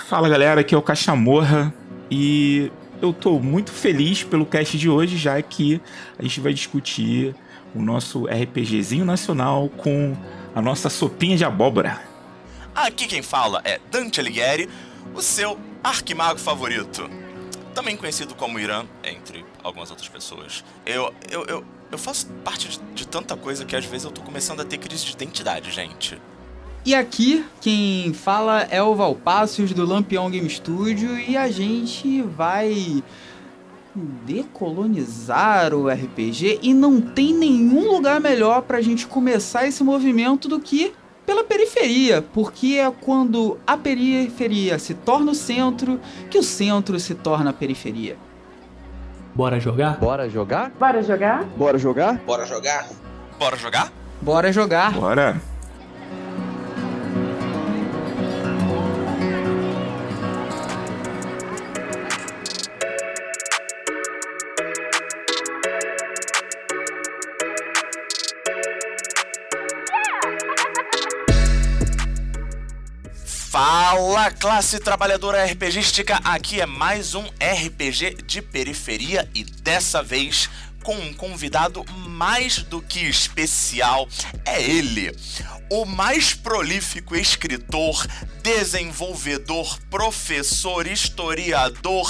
Fala galera, aqui é o Cachamorra e eu tô muito feliz pelo cast de hoje, já que a gente vai discutir o nosso RPGzinho nacional com a nossa sopinha de abóbora. Aqui quem fala é Dante Alighieri, o seu arquimago favorito. Também conhecido como Irã, entre algumas outras pessoas. Eu faço parte de tanta coisa que às vezes eu tô começando a ter crise de identidade, gente. E aqui, quem fala é o Valpácios do Lampião Game Studio e a gente vai decolonizar o RPG e não tem nenhum lugar melhor pra gente começar esse movimento do que pela periferia, porque é quando a periferia se torna o centro que o centro se torna a periferia. Bora jogar? Bora jogar? Bora jogar? Bora jogar? Bora jogar? Bora jogar? Bora jogar! Bora! Fala, classe trabalhadora RPGística, aqui é mais um RPG de periferia e dessa vez com um convidado mais do que especial. É ele, o mais prolífico escritor, desenvolvedor, professor, historiador,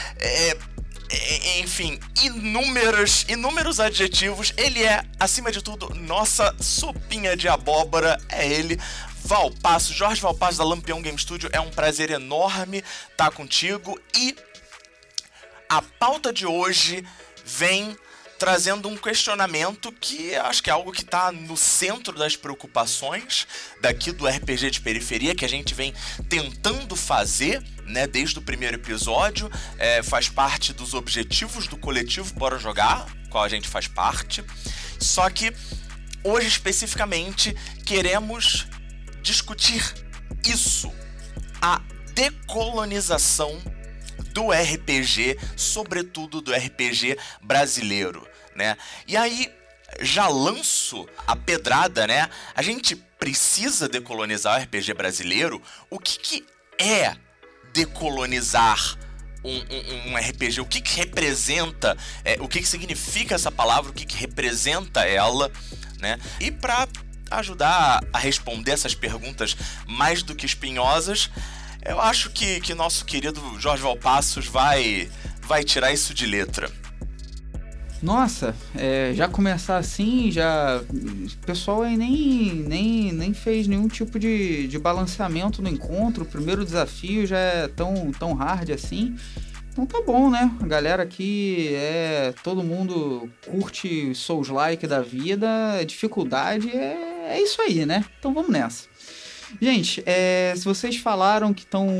enfim, inúmeros adjetivos. Ele é, acima de tudo, nossa sopinha de abóbora, é ele, Valpácio, Jorge Valpácio da Lampião Game Studio. É um prazer enorme estar contigo e a pauta de hoje vem trazendo um questionamento que acho que é algo que está no centro das preocupações daqui do RPG de periferia, que a gente vem tentando fazer, né, desde o primeiro episódio. Faz parte dos objetivos do coletivo Bora Jogar, qual a gente faz parte. Só que hoje especificamente queremos discutir isso, a decolonização do RPG, sobretudo do RPG brasileiro, né? E aí, já lanço a pedrada, né? A gente precisa decolonizar o RPG brasileiro. O que é decolonizar um RPG? O que representa, o que significa essa palavra, o que representa ela, né? E para ajudar a responder essas perguntas mais do que espinhosas, eu acho que nosso querido Jorge Valpácios vai tirar isso de letra. Nossa, já começar assim, o pessoal aí nem fez nenhum tipo de balanceamento no encontro. O primeiro desafio já é tão hard assim. Então tá bom, né? A galera aqui todo mundo curte Souls-like da vida, a dificuldade é isso aí, né? Então vamos nessa. Gente, se vocês falaram que estão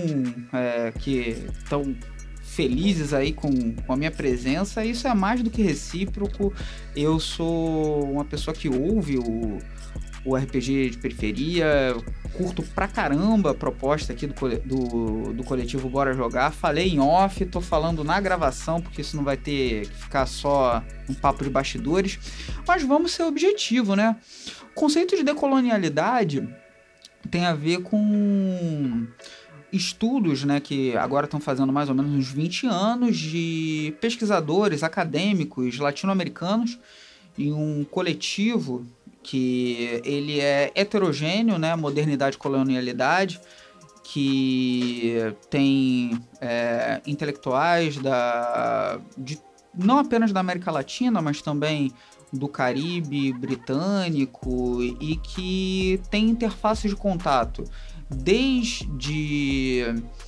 felizes aí com a minha presença, isso é mais do que recíproco. Eu sou uma pessoa que ouve o RPG de periferia, curto pra caramba a proposta aqui do coletivo Bora Jogar. Falei em off, tô falando na gravação, porque isso não vai ter que ficar só um papo de bastidores. Mas vamos ser objetivo, né? O conceito de decolonialidade tem a ver com estudos, né, que agora estão fazendo mais ou menos uns 20 anos, de pesquisadores acadêmicos latino-americanos em um coletivo que ele é heterogêneo, né, modernidade e colonialidade, que tem intelectuais não apenas da América Latina, mas também do Caribe britânico, e que tem interfaces de contato desde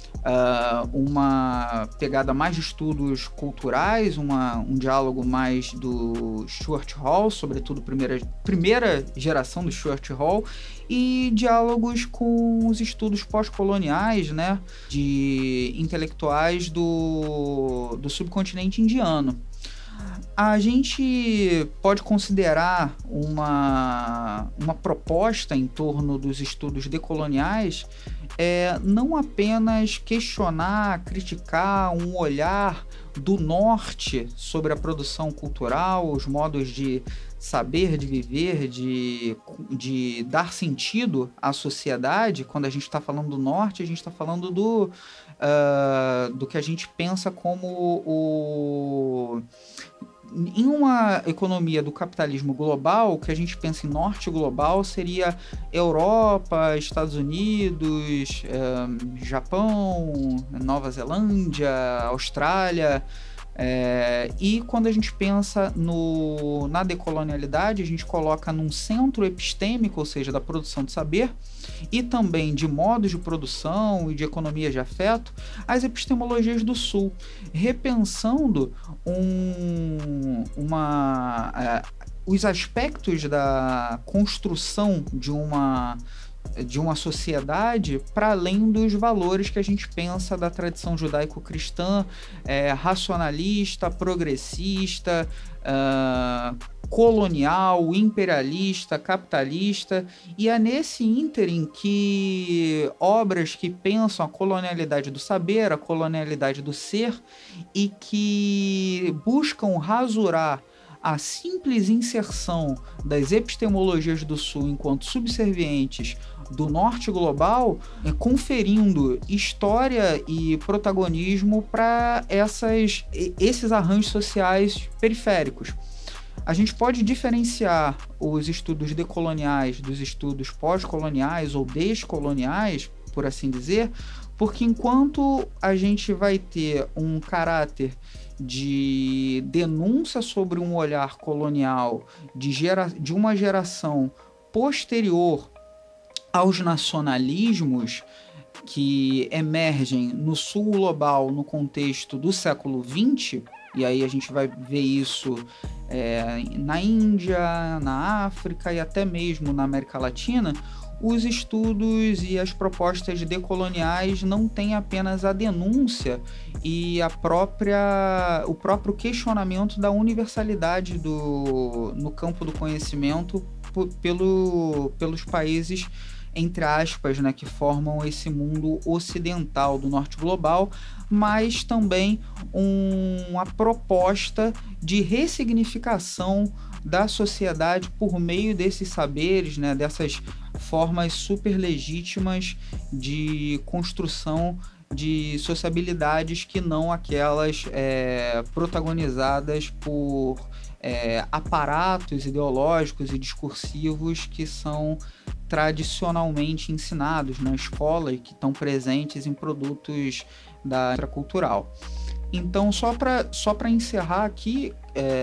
uma pegada mais de estudos culturais, um diálogo mais do Stuart Hall, sobretudo primeira geração do Stuart Hall, e diálogos com os estudos pós-coloniais, né, de intelectuais do subcontinente indiano. A gente pode considerar uma proposta em torno dos estudos decoloniais não apenas questionar, criticar um olhar do norte sobre a produção cultural, os modos de saber, de viver, de dar sentido à sociedade. Quando a gente está falando do norte, a gente está falando do que a gente pensa como em uma economia do capitalismo global, o que a gente pensa em norte global seria Europa, Estados Unidos, Japão, Nova Zelândia, Austrália. E quando a gente pensa na decolonialidade, a gente coloca num centro epistêmico, ou seja, da produção de saber, e também de modos de produção e de economia de afeto, as epistemologias do Sul, repensando os aspectos da construção de uma sociedade para além dos valores que a gente pensa da tradição judaico-cristã, racionalista, progressista, colonial, imperialista, capitalista, e é nesse ínterim que obras que pensam a colonialidade do saber, a colonialidade do ser, e que buscam rasurar a simples inserção das epistemologias do Sul enquanto subservientes do Norte global, conferindo história e protagonismo para esses arranjos sociais periféricos. A gente pode diferenciar os estudos decoloniais dos estudos pós-coloniais ou descoloniais, por assim dizer, porque enquanto a gente vai ter um caráter de denúncia sobre um olhar colonial de uma geração posterior aos nacionalismos que emergem no sul global no contexto do século XX, e aí a gente vai ver isso na Índia, na África e até mesmo na América Latina, os estudos e as propostas decoloniais não têm apenas a denúncia e o próprio questionamento da universalidade no campo do conhecimento pelos países, entre aspas, né, que formam esse mundo ocidental do norte global, mas também uma proposta de ressignificação da sociedade por meio desses saberes, né, dessas formas super legítimas de construção de sociabilidades que não aquelas protagonizadas por aparatos ideológicos e discursivos que são tradicionalmente ensinados na escola e que estão presentes em produtos da indústria cultural. Então, só para encerrar aqui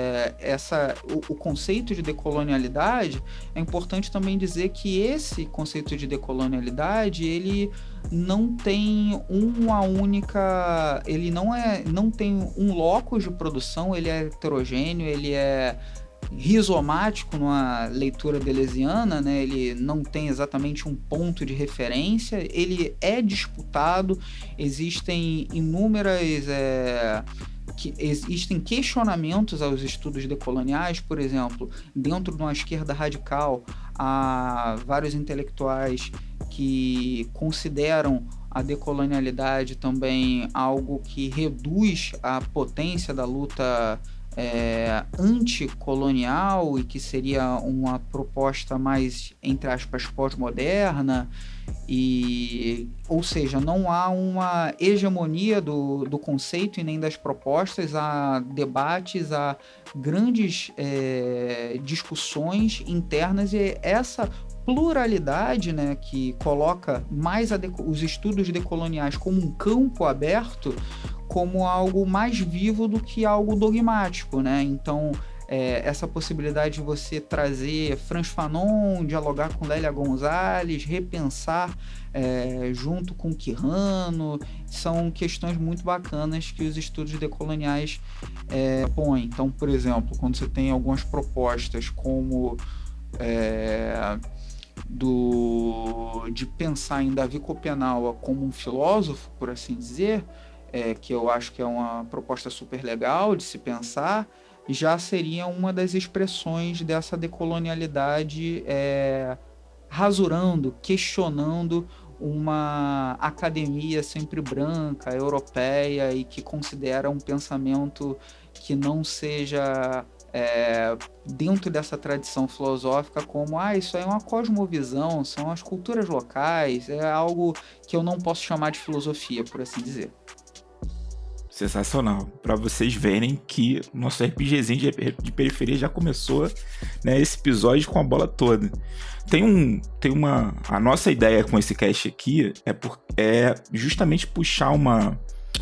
o conceito de decolonialidade, é importante também dizer que esse conceito de decolonialidade, ele não tem ele não tem um locus de produção, ele é heterogêneo, ele é rizomático numa leitura deleuziana, né? Ele não tem exatamente um ponto de referência, ele é disputado, existem existem questionamentos aos estudos decoloniais. Por exemplo, dentro de uma esquerda radical, há vários intelectuais que consideram a decolonialidade também algo que reduz a potência da luta anticolonial e que seria uma proposta mais, entre aspas, pós-moderna, ou seja, não há uma hegemonia do conceito e nem das propostas, há debates, há grandes discussões internas, e essa pluralidade, né, que coloca mais os estudos decoloniais como um campo aberto, como algo mais vivo do que algo dogmático, né? Então, essa possibilidade de você trazer Frantz Fanon, dialogar com Lélia Gonzalez, repensar junto com Quijano, são questões muito bacanas que os estudos decoloniais põem. Então, por exemplo, quando você tem algumas propostas como de pensar em Davi Kopenaua como um filósofo, por assim dizer, que eu acho que é uma proposta super legal de se pensar. já seria uma das expressões dessa decolonialidade rasurando, questionando uma academia sempre branca, europeia e que considera um pensamento que não seja dentro dessa tradição filosófica como isso aí é uma cosmovisão, são as culturas locais, é algo que eu não posso chamar de filosofia, por assim dizer. Sensacional. Para vocês verem que o nosso RPGzinho de periferia já começou, né, esse episódio com a bola toda. A nossa ideia com esse cast aqui é justamente puxar uma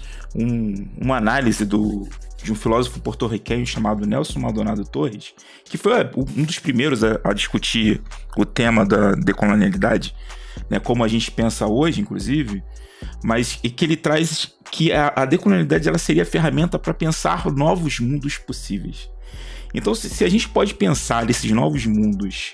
análise de um filósofo porto-riquenho chamado Nelson Maldonado Torres, que foi um dos primeiros a discutir o tema da decolonialidade, né, como a gente pensa hoje, inclusive, mas e que ele traz que a decolonialidade ela seria a ferramenta para pensar novos mundos possíveis. Então, se a gente pode pensar nesses novos mundos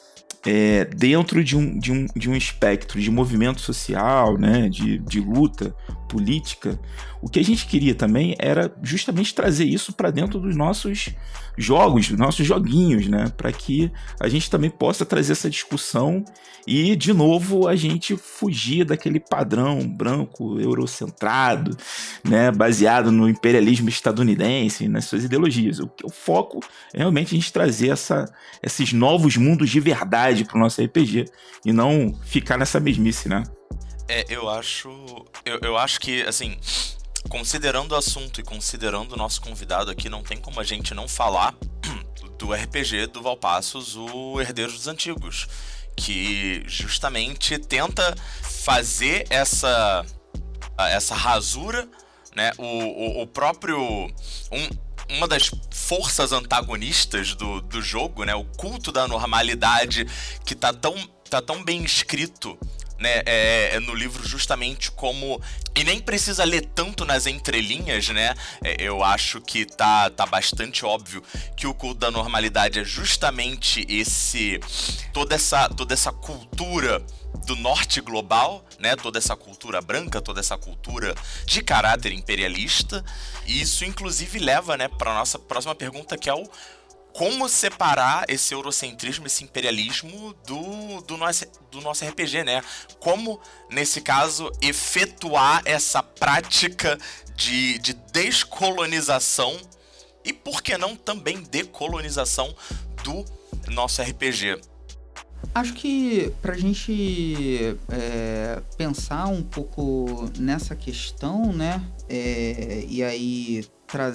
dentro de um espectro de movimento social, né, de luta política, o que a gente queria também era justamente trazer isso para dentro dos nossos jogos, dos nossos joguinhos, né, para que a gente também possa trazer essa discussão e, de novo, a gente fugir daquele padrão branco, eurocentrado, né, baseado no imperialismo estadunidense, nas suas ideologias. O foco é realmente a gente trazer esses novos mundos de verdade para o nosso RPG e não ficar nessa mesmice, né? Eu acho que, assim, considerando o assunto e considerando o nosso convidado aqui, não tem como a gente não falar do RPG do Valpassos, o Herdeiros dos Antigos, que justamente tenta fazer essa rasura, né? O próprio... uma das forças antagonistas do jogo, né? O culto da normalidade, que tá tão bem escrito, né, no livro, justamente como... E nem precisa ler tanto nas entrelinhas, né? Eu acho que tá bastante óbvio que o culto da normalidade é justamente toda essa cultura do norte global, né? Toda essa cultura branca, toda essa cultura de caráter imperialista. E isso, inclusive, leva, né, para nossa próxima pergunta, que é como separar esse eurocentrismo, esse imperialismo do nosso RPG, né? Como, nesse caso, efetuar essa prática de descolonização e, por que não, também decolonização do nosso RPG. Acho que pra gente pensar um pouco nessa questão, né? E aí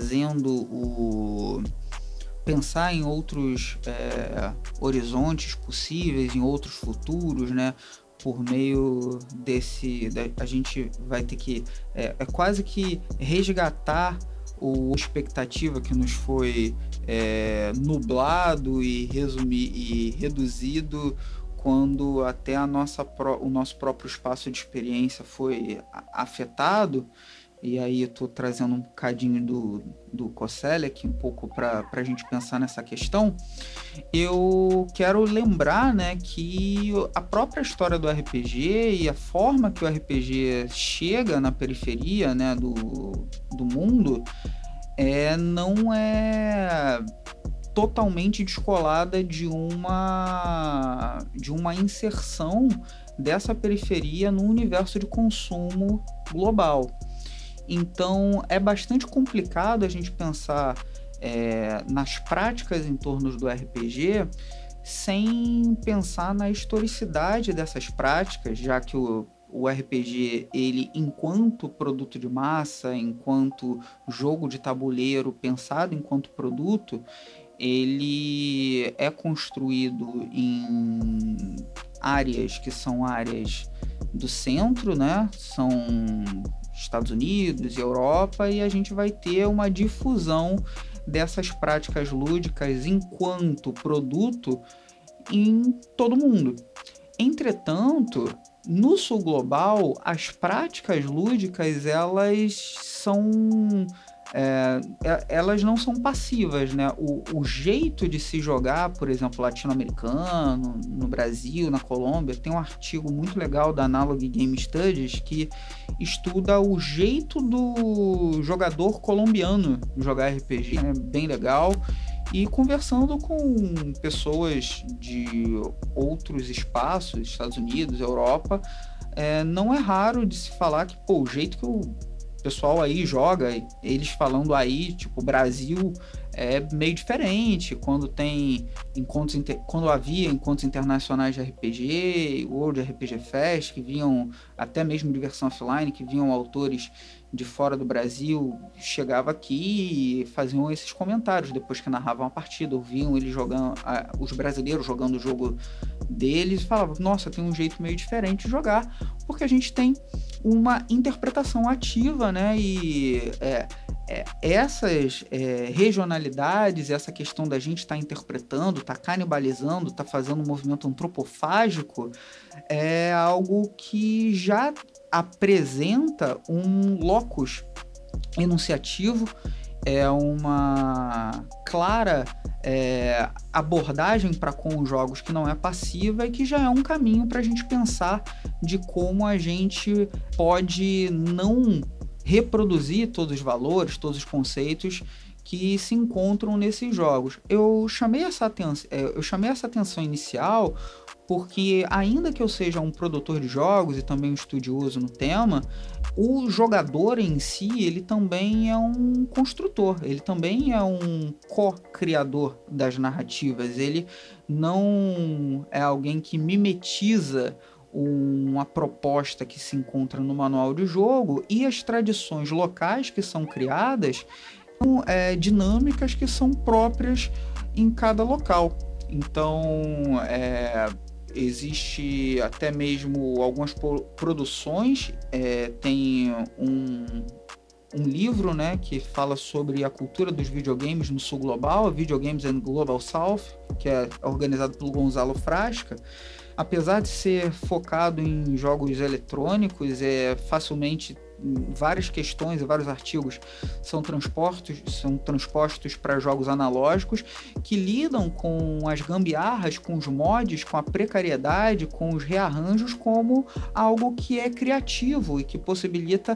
trazendo pensar em outros horizontes possíveis, em outros futuros, né? Por meio a gente vai ter que quase que resgatar a expectativa que nos foi nublado e reduzido quando até o nosso próprio espaço de experiência foi afetado. E aí eu estou trazendo um bocadinho do Coselli aqui um pouco para a gente pensar nessa questão. Eu quero lembrar, né, que a própria história do RPG e a forma que o RPG chega na periferia, né, do mundo não é totalmente descolada de uma inserção dessa periferia no universo de consumo global. Então, é bastante complicado a gente pensar nas práticas em torno do RPG sem pensar na historicidade dessas práticas, já que o RPG, ele, enquanto produto de massa, enquanto jogo de tabuleiro pensado enquanto produto, ele é construído em áreas que são áreas do centro, né? São Estados Unidos e Europa, e a gente vai ter uma difusão dessas práticas lúdicas enquanto produto em todo mundo. Entretanto, no sul global, as práticas lúdicas, elas são elas não são passivas, né? O jeito de se jogar, por exemplo, latino-americano, no Brasil, na Colômbia, tem um artigo muito legal da Analog Game Studies que estuda o jeito do jogador colombiano jogar RPG, é bem legal. E conversando com pessoas de outros espaços, Estados Unidos, Europa, não é raro de se falar que, o jeito que o pessoal aí joga, eles falando aí, tipo, o Brasil é meio diferente, quando havia encontros internacionais de RPG, World RPG Fest, que vinham, até mesmo de versão offline, que vinham autores de fora do Brasil, chegava aqui e faziam esses comentários depois que narravam a partida, ouviam eles jogando, os brasileiros jogando o jogo deles, e falavam, nossa, tem um jeito meio diferente de jogar, porque a gente tem uma interpretação ativa, né, e essas regionalidades, essa questão da gente estar interpretando, estar canibalizando, estar fazendo um movimento antropofágico, é algo que já apresenta um locus enunciativo, é uma clara abordagem para com os jogos que não é passiva e que já é um caminho para a gente pensar de como a gente pode não reproduzir todos os valores, todos os conceitos que se encontram nesses jogos. Eu chamei essa atenção inicial porque, ainda que eu seja um produtor de jogos e também um estudioso no tema, o jogador em si, ele também é um construtor, ele também é um co-criador das narrativas, ele não é alguém que mimetiza uma proposta que se encontra no manual de jogo, e as tradições locais que são criadas são dinâmicas que são próprias em cada local. Então, existe até mesmo algumas produções, tem um livro, né, que fala sobre a cultura dos videogames no sul global, Videogames and Global South, que é organizado pelo Gonzalo Frasca. Apesar de ser focado em jogos eletrônicos, facilmente várias questões e vários artigos são transpostos para jogos analógicos que lidam com as gambiarras, com os mods, com a precariedade, com os rearranjos como algo que é criativo e que possibilita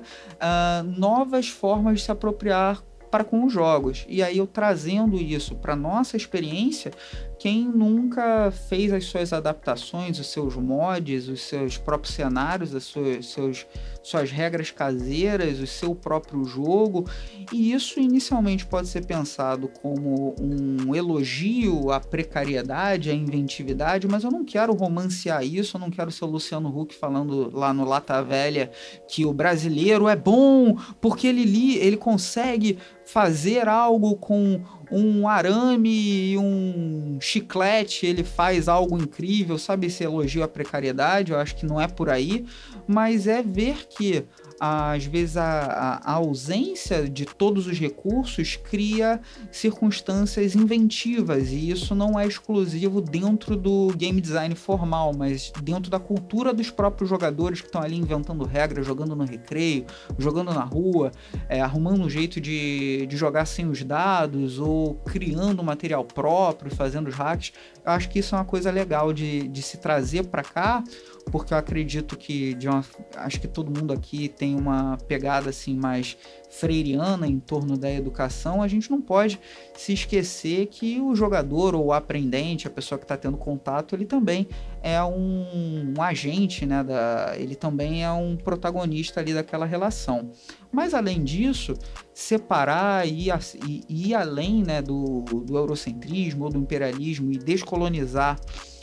novas formas de se apropriar para com os jogos. E aí eu trazendo isso para nossa experiência, quem nunca fez as suas adaptações, os seus mods, os seus próprios cenários, as suas regras caseiras, o seu próprio jogo, e isso inicialmente pode ser pensado como um elogio à precariedade, à inventividade, mas eu não quero romancear isso, eu não quero ser o Luciano Huck falando lá no Lata Velha que o brasileiro é bom porque ele consegue fazer algo com um arame e um chiclete, ele faz algo incrível, sabe, esse elogio à precariedade, eu acho que não é por aí, mas é ver que às vezes a ausência de todos os recursos cria circunstâncias inventivas, e isso não é exclusivo dentro do game design formal, mas dentro da cultura dos próprios jogadores que estão ali inventando regras, jogando no recreio, jogando na rua, arrumando um jeito de jogar sem os dados, ou criando material próprio, fazendo os hacks. Eu acho que isso é uma coisa legal de se trazer para cá, porque eu acredito que acho que todo mundo aqui tem uma pegada assim mais freiriana em torno da educação. A gente não pode se esquecer que o jogador ou o aprendente, a pessoa que está tendo contato, ele também é um agente, né, ele também é um protagonista ali daquela relação. Mas além disso, separar e ir além, né, do eurocentrismo ou do imperialismo e descolonizar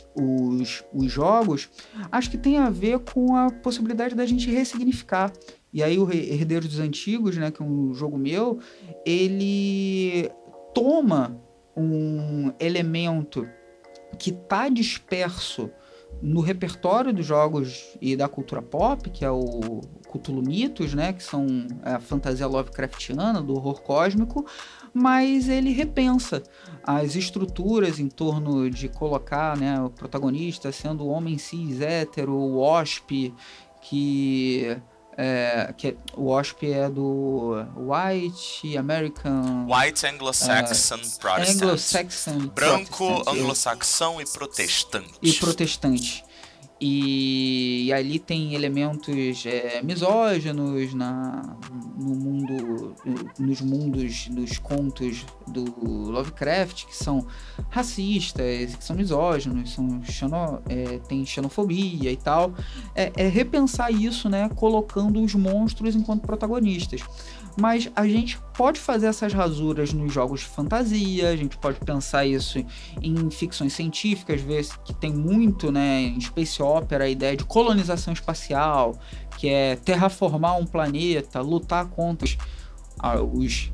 os jogos, acho que tem a ver com a possibilidade da gente ressignificar. E aí o Herdeiros dos Antigos, né, que é um jogo meu, ele toma um elemento que está disperso no repertório dos jogos e da cultura pop, que é o Cthulhu Mitos, né, que são a fantasia Lovecraftiana, do horror cósmico, mas ele repensa as estruturas em torno de colocar, né, o protagonista sendo o homem cis hétero, o WASP, que o WASP é do White American... White Anglo-Saxon Protestant. Anglo-Saxon Branco, Protestant, anglo-saxão e protestante. e protestante. E ali tem elementos misóginos no mundo, nos contos do Lovecraft, que são racistas, que são misóginos, tem xenofobia e tal. É repensar isso, né, colocando os monstros enquanto protagonistas. Mas a gente pode fazer essas rasuras nos jogos de fantasia, a gente pode pensar isso em ficções científicas, ver que tem muito, né, em space opera, a ideia de colonização espacial, que é terraformar um planeta, lutar contra os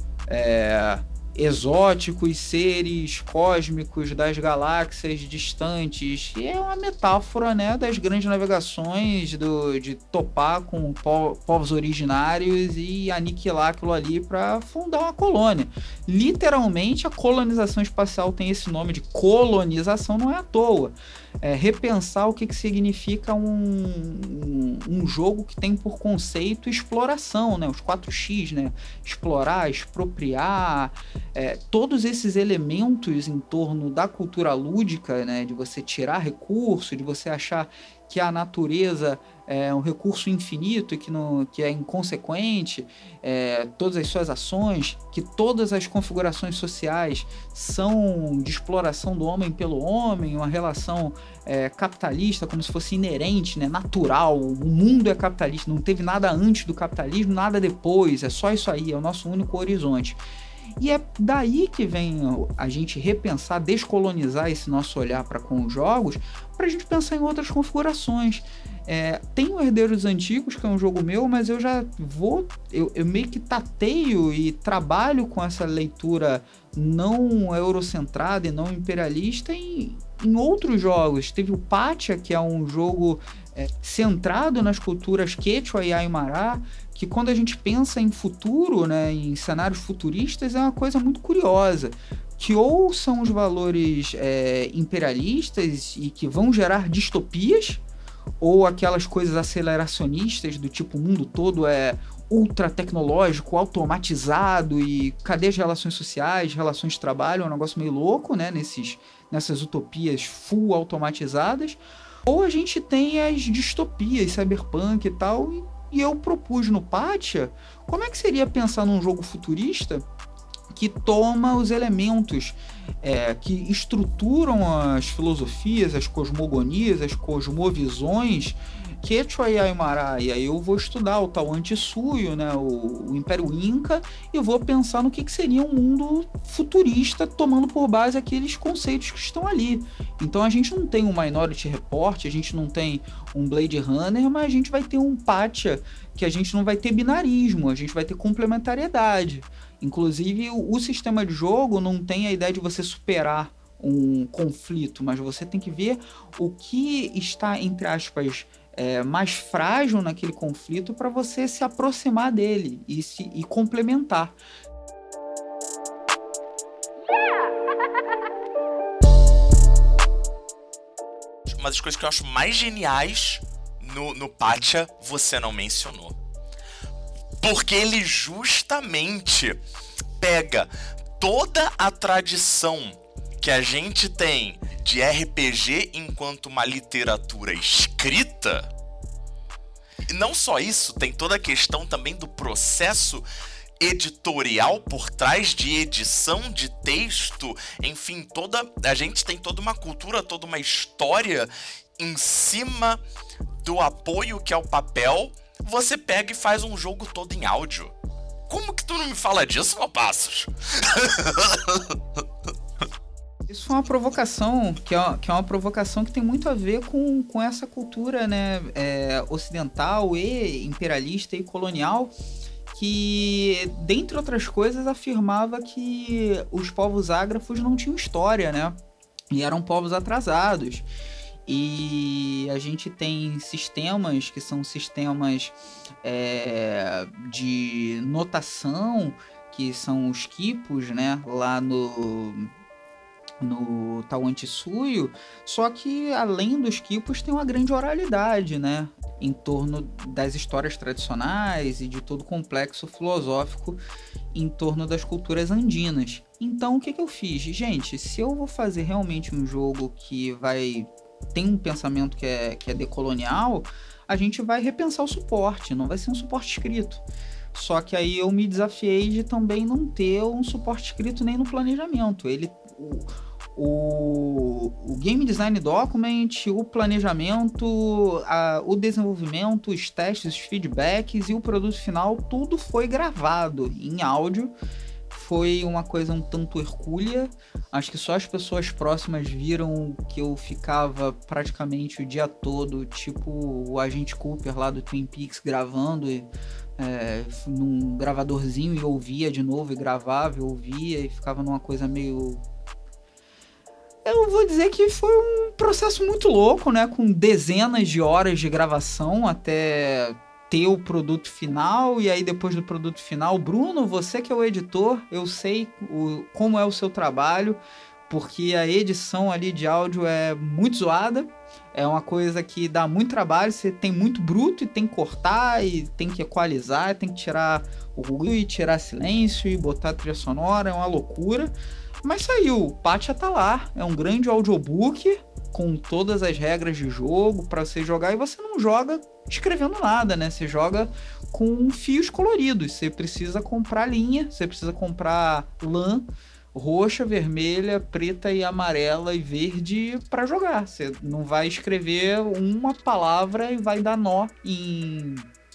exóticos seres cósmicos das galáxias distantes. E é uma metáfora, né, das grandes navegações, de topar com povos originários e aniquilar aquilo ali para fundar uma colônia. Literalmente, a colonização espacial tem esse nome de colonização, não é à toa. Repensar o que significa um jogo que tem por conceito exploração, né? Os 4X, né? Explorar, expropriar, todos esses elementos em torno da cultura lúdica, né? De você tirar recurso, de você achar que a natureza é um recurso infinito e que é inconsequente, todas as suas ações, que todas as configurações sociais são de exploração do homem pelo homem, uma relação capitalista como se fosse inerente, né, natural. O mundo é capitalista, não teve nada antes do capitalismo, nada depois, é só isso aí, é o nosso único horizonte. E é daí que vem a gente repensar, descolonizar esse nosso olhar para com os jogos, para a gente pensar em outras configurações. Tem o Herdeiros Antigos, que é um jogo meu, mas eu já eu meio que tateio e trabalho com essa leitura não eurocentrada e não imperialista em outros jogos. Teve o Pátia, que é um jogo centrado nas culturas Quechua e Aymara, que quando a gente pensa em futuro, né, em cenários futuristas, é uma coisa muito curiosa, que ou são os valores imperialistas e que vão gerar distopias, ou aquelas coisas aceleracionistas do tipo o mundo todo é ultra tecnológico, automatizado e cadê as relações sociais, relações de trabalho, é um negócio meio louco, né, nessas utopias full automatizadas. Ou a gente tem as distopias, cyberpunk e tal, e eu propus no Pátia como é que seria pensar num jogo futurista que toma os elementos que estruturam as filosofias, as cosmogonias, as cosmovisões Quechua e Aymara. E aí eu vou estudar o Tahuantinsuyo, né, o Império Inca, e vou pensar no que seria um mundo futurista tomando por base aqueles conceitos que estão ali. Então a gente não tem um Minority Report, a gente não tem um Blade Runner, mas a gente vai ter um Pátia que a gente não vai ter binarismo, a gente vai ter complementariedade. Inclusive, o sistema de jogo não tem a ideia de você superar um conflito, mas você tem que ver o que está, entre aspas, mais frágil naquele conflito para você se aproximar dele e complementar. Uma das coisas que eu acho mais geniais no Pátia, você não mencionou. Porque ele justamente pega toda a tradição que a gente tem de RPG enquanto uma literatura escrita. E não só isso, tem toda a questão também do processo editorial por trás de edição de texto, enfim, a gente tem toda uma cultura, toda uma história em cima do apoio que é o papel. Você pega e faz um jogo todo em áudio. Como que tu não me fala disso, Valpassos? Isso é uma provocação, que é uma provocação que tem muito a ver com essa cultura, né, ocidental e imperialista e colonial, que, dentre outras coisas, afirmava que os povos ágrafos não tinham história, né, e eram povos atrasados. E a gente tem sistemas que são sistemas de notação, que são os quipos, né, lá no Tauan Tsuyu, só que além dos quipos tem uma grande oralidade, né, em torno das histórias tradicionais e de todo o complexo filosófico em torno das culturas andinas. Então o que eu fiz? Gente, se eu vou fazer realmente um jogo que tem um pensamento que é decolonial, a gente vai repensar o suporte, não vai ser um suporte escrito. Só que aí eu me desafiei de também não ter um suporte escrito nem no planejamento. O Game Design Document, o planejamento, o desenvolvimento, os testes, os feedbacks e o produto final, tudo foi gravado em áudio. Foi uma coisa um tanto hercúlea. Acho que só as pessoas próximas viram que eu ficava praticamente o dia todo, tipo o Agente Cooper lá do Twin Peaks, gravando num gravadorzinho e ouvia de novo, e gravava e ouvia, e ficava numa coisa meio... Eu vou dizer que foi um processo muito louco, né? Com dezenas de horas de gravação até ter o produto final. E aí depois do produto final, Bruno, você que é o editor, eu sei como é o seu trabalho, porque a edição ali de áudio é muito zoada. É uma coisa que dá muito trabalho, você tem muito bruto e tem que cortar, e tem que equalizar, tem que tirar o ruído e tirar silêncio e botar trilha sonora, é uma loucura. Mas saiu, o Pátia tá lá, é um grande audiobook com todas as regras de jogo para você jogar, e você não joga escrevendo nada, né? Você joga com fios coloridos, você precisa comprar linha, você precisa comprar lã roxa, vermelha, preta e amarela e verde para jogar. Você não vai escrever uma palavra e vai dar nó em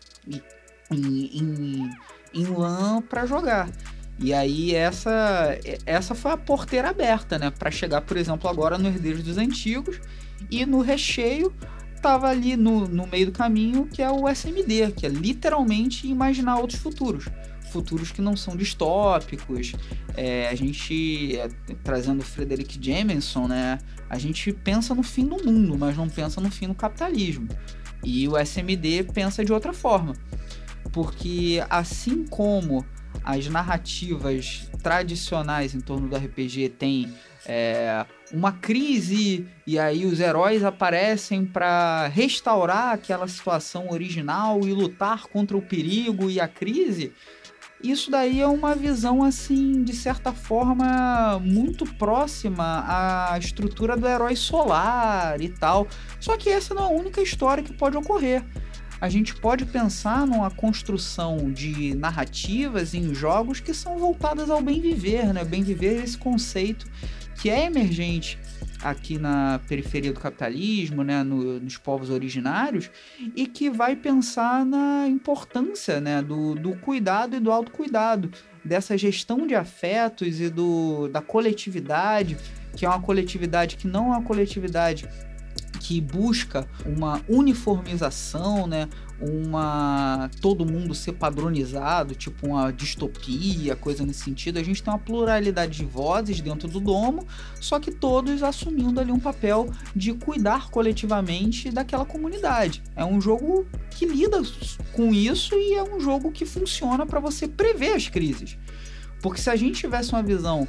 lã para jogar. E aí essa foi a porteira aberta, né? Para chegar, por exemplo, agora no Herdeiros dos Antigos, e no recheio tava ali no meio do caminho, que é o SMD, que é literalmente imaginar outros futuros que não são distópicos. A gente, trazendo o Frederick Jameson, né? A gente pensa no fim do mundo, mas não pensa no fim do capitalismo. E o SMD pensa de outra forma, porque assim como as narrativas tradicionais em torno do RPG tem uma crise, e aí os heróis aparecem para restaurar aquela situação original e lutar contra o perigo e a crise, isso daí é uma visão, assim, de certa forma, muito próxima à estrutura do herói solar e tal. Só que essa não é a única história que pode ocorrer. A gente pode pensar numa construção de narrativas em jogos que são voltadas ao bem viver, né? Bem viver, esse conceito que é emergente aqui na periferia do capitalismo, né? Nos povos originários, e que vai pensar na importância, né? do cuidado e do autocuidado, dessa gestão de afetos e da coletividade, que é uma coletividade que não é uma coletividade que busca uma uniformização, né? Todo mundo ser padronizado, tipo uma distopia, coisa nesse sentido. A gente tem uma pluralidade de vozes dentro do domo, só que todos assumindo ali um papel de cuidar coletivamente daquela comunidade. É um jogo que lida com isso, e é um jogo que funciona para você prever as crises. Porque se a gente tivesse uma visão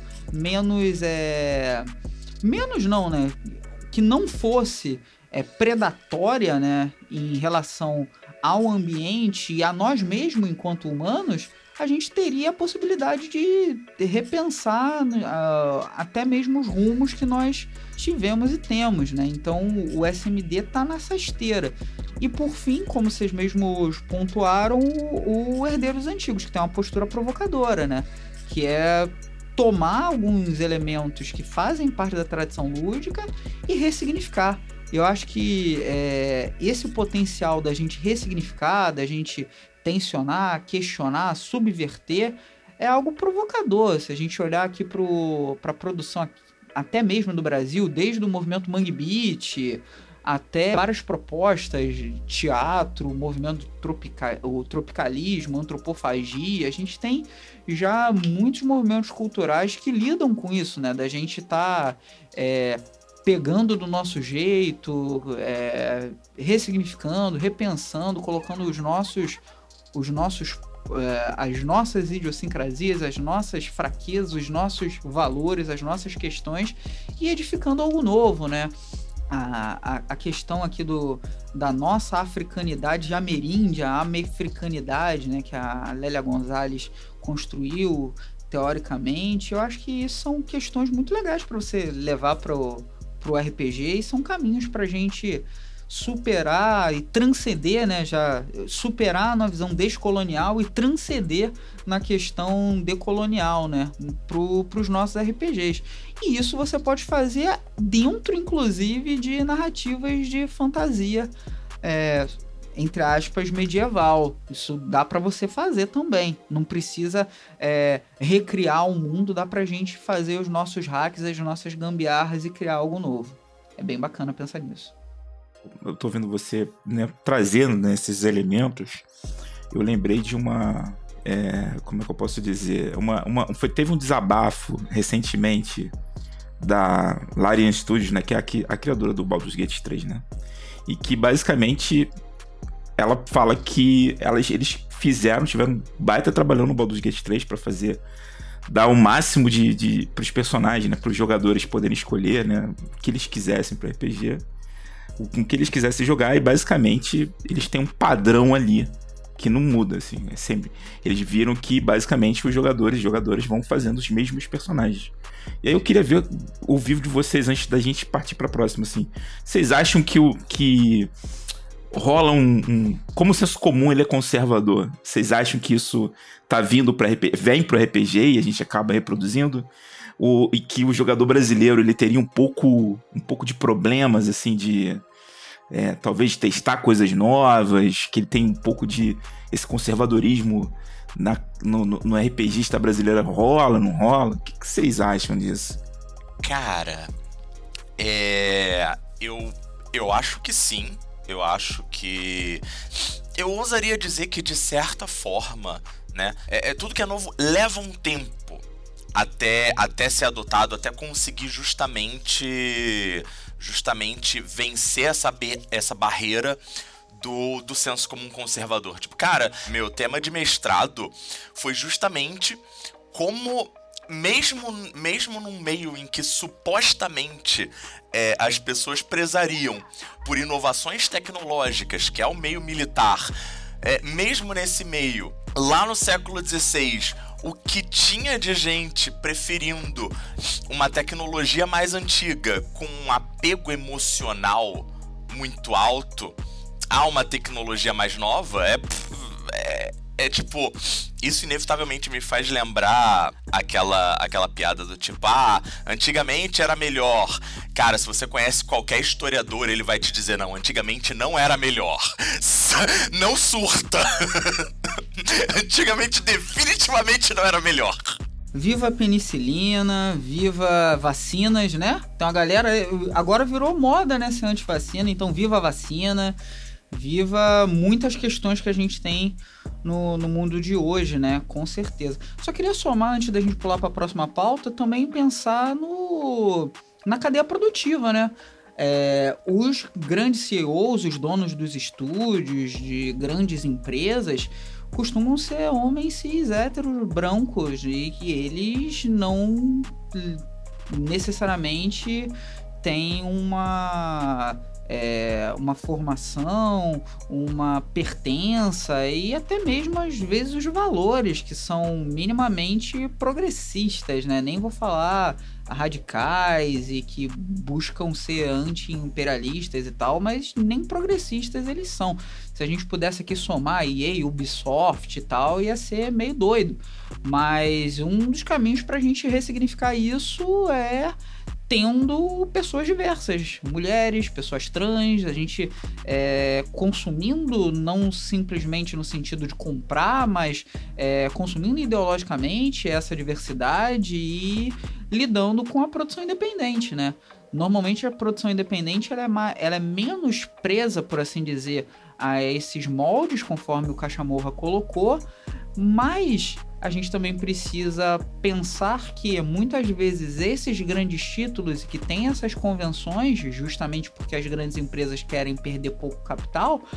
menos não, né? Que não fosse predatória, né, em relação ao ambiente e a nós mesmos enquanto humanos, a gente teria a possibilidade de repensar até mesmo os rumos que nós tivemos e temos, né? Então o SMD está nessa esteira. E por fim, como vocês mesmos pontuaram, o Herdeiros Antigos, que tem uma postura provocadora, né? Que é tomar alguns elementos que fazem parte da tradição lúdica e ressignificar. Eu acho que esse potencial da gente ressignificar, da gente tensionar, questionar, subverter, é algo provocador. Se a gente olhar aqui para a produção até mesmo do Brasil, desde o movimento Mangue Beat até várias propostas de teatro, o movimento o tropicalismo, antropofagia, a gente tem já muitos movimentos culturais que lidam com isso, né? Da gente estar pegando do nosso jeito, ressignificando, repensando, colocando os nossos as nossas idiosincrasias, as nossas fraquezas, os nossos valores, as nossas questões e edificando algo novo, né? A questão aqui da nossa africanidade ameríndia, a americanidade, né, que a Lélia Gonzalez construiu teoricamente, eu acho que são questões muito legais para você levar pro RPG e são caminhos para a gente superar e transcender, né, já superar na visão descolonial e transcender na questão decolonial, né, pros nossos RPGs. E isso você pode fazer dentro, inclusive, de narrativas de fantasia, entre aspas, medieval. Isso dá para você fazer também. Não precisa recriar o mundo, dá pra gente fazer os nossos hacks, as nossas gambiarras e criar algo novo. É bem bacana pensar nisso. Eu tô vendo você, né, trazendo, né, esses elementos. Eu lembrei de uma... como é que eu posso dizer? Teve um desabafo recentemente da Larian Studios, né, que é a criadora do Baldur's Gate 3, né? E que basicamente ela fala que eles tiveram um baita trabalhando no Baldur's Gate 3 para dar o máximo pros personagens, né, pros jogadores poderem escolher, né, o que eles quisessem pro RPG, com que eles quisessem jogar, e basicamente eles têm um padrão ali que não muda, assim, é sempre. Eles viram que basicamente os jogadores vão fazendo os mesmos personagens. E aí eu queria ouvir de vocês antes da gente partir pra próxima, assim. Vocês acham que rola como o senso comum ele é conservador? Vocês acham que isso tá vindo vem pro RPG e a gente acaba reproduzindo? E que o jogador brasileiro ele teria um pouco de problemas, assim, de talvez testar coisas novas, que ele tem um pouco de esse conservadorismo no RPGista brasileiro. Rola, não rola? O que vocês acham disso? Cara, eu acho que sim. Eu acho que... Eu ousaria dizer que, de certa forma, né, tudo que é novo leva um tempo até ser adotado, até conseguir justamente vencer essa barreira do senso comum conservador. Tipo, cara, meu tema de mestrado foi justamente como, mesmo num meio em que supostamente as pessoas prezariam por inovações tecnológicas, que é o meio militar, mesmo nesse meio, lá no século XVI, o que tinha de gente preferindo uma tecnologia mais antiga com um apego emocional muito alto a uma tecnologia mais nova, tipo, isso inevitavelmente me faz lembrar aquela piada do tipo, antigamente era melhor. Cara, se você conhece qualquer historiador, ele vai te dizer, não, antigamente não era melhor. Não surta. Antigamente definitivamente não era melhor. Viva a penicilina, viva vacinas, né? Então a galera agora virou moda, né, ser antivacina, então viva a vacina. Viva muitas questões que a gente tem no mundo de hoje, né? Com certeza. Só queria somar, antes da gente pular para a próxima pauta, também pensar na cadeia produtiva, né? Os grandes CEOs, os donos dos estúdios, de grandes empresas, costumam ser homens cis, héteros, brancos, e que eles não necessariamente têm uma formação, uma pertença e até mesmo às vezes os valores que são minimamente progressistas, né? Nem vou falar radicais e que buscam ser anti-imperialistas e tal, mas nem progressistas eles são. Se a gente pudesse aqui somar EA, Ubisoft e tal, ia ser meio doido. Mas um dos caminhos para a gente ressignificar isso é tendo pessoas diversas, mulheres, pessoas trans, a gente consumindo não simplesmente no sentido de comprar, mas consumindo ideologicamente essa diversidade e lidando com a produção independente, né? Normalmente a produção independente ela é menos presa, por assim dizer, a esses moldes, conforme o Cachamorra colocou, mas a gente também precisa pensar que muitas vezes esses grandes títulos que têm essas convenções, justamente porque as grandes empresas querem perder pouco capital,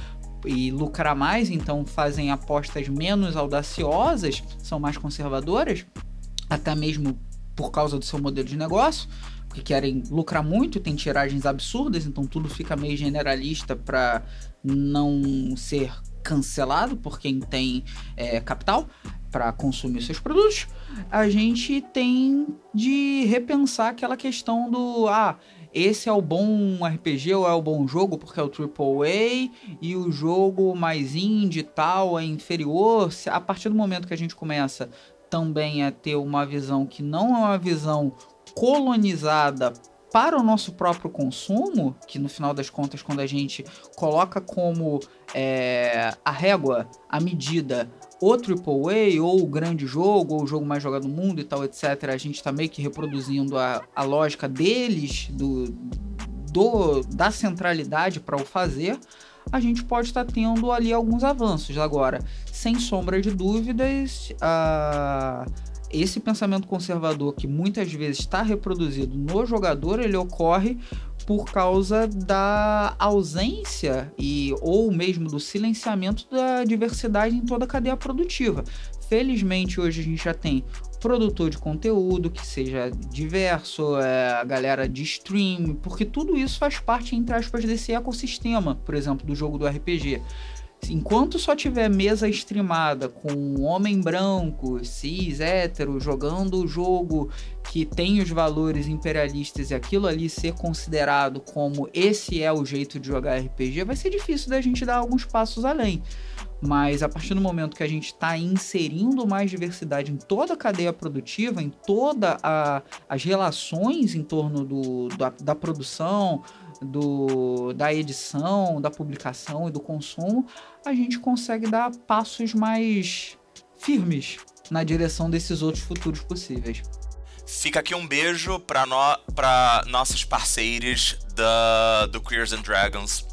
e lucrar mais, então fazem apostas menos audaciosas, são mais conservadoras, até mesmo por causa do seu modelo de negócio, porque querem lucrar muito, tem tiragens absurdas, então tudo fica meio generalista para não ser cancelado por quem tem capital para consumir seus produtos. A gente tem de repensar aquela questão do esse é o bom RPG ou é o bom jogo porque é o AAA e o jogo mais indie e tal é inferior. A partir do momento que a gente começa também a ter uma visão que não é uma visão colonizada para o nosso próprio consumo, que no final das contas, quando a gente coloca como a régua, a medida, o AAA, ou o grande jogo, ou o jogo mais jogado do mundo e tal, etc., a gente está meio que reproduzindo a lógica deles, da centralidade para o fazer, a gente pode estar tendo ali alguns avanços. Agora, sem sombra de dúvidas, esse pensamento conservador que muitas vezes está reproduzido no jogador, ele ocorre por causa da ausência ou mesmo do silenciamento da diversidade em toda a cadeia produtiva. Felizmente, hoje a gente já tem produtor de conteúdo que seja diverso, a galera de stream, porque tudo isso faz parte, entre aspas, desse ecossistema, por exemplo, do jogo do RPG. Enquanto só tiver mesa streamada com um homem branco, cis, hétero, jogando o jogo que tem os valores imperialistas e aquilo ali ser considerado como esse é o jeito de jogar RPG, vai ser difícil da gente dar alguns passos além. Mas a partir do momento que a gente está inserindo mais diversidade em toda a cadeia produtiva, em todas as relações em torno da produção, da edição, da publicação e do consumo, a gente consegue dar passos mais firmes na direção desses outros futuros possíveis. Fica aqui um beijo para nossos parceiros do Queers and Dragons.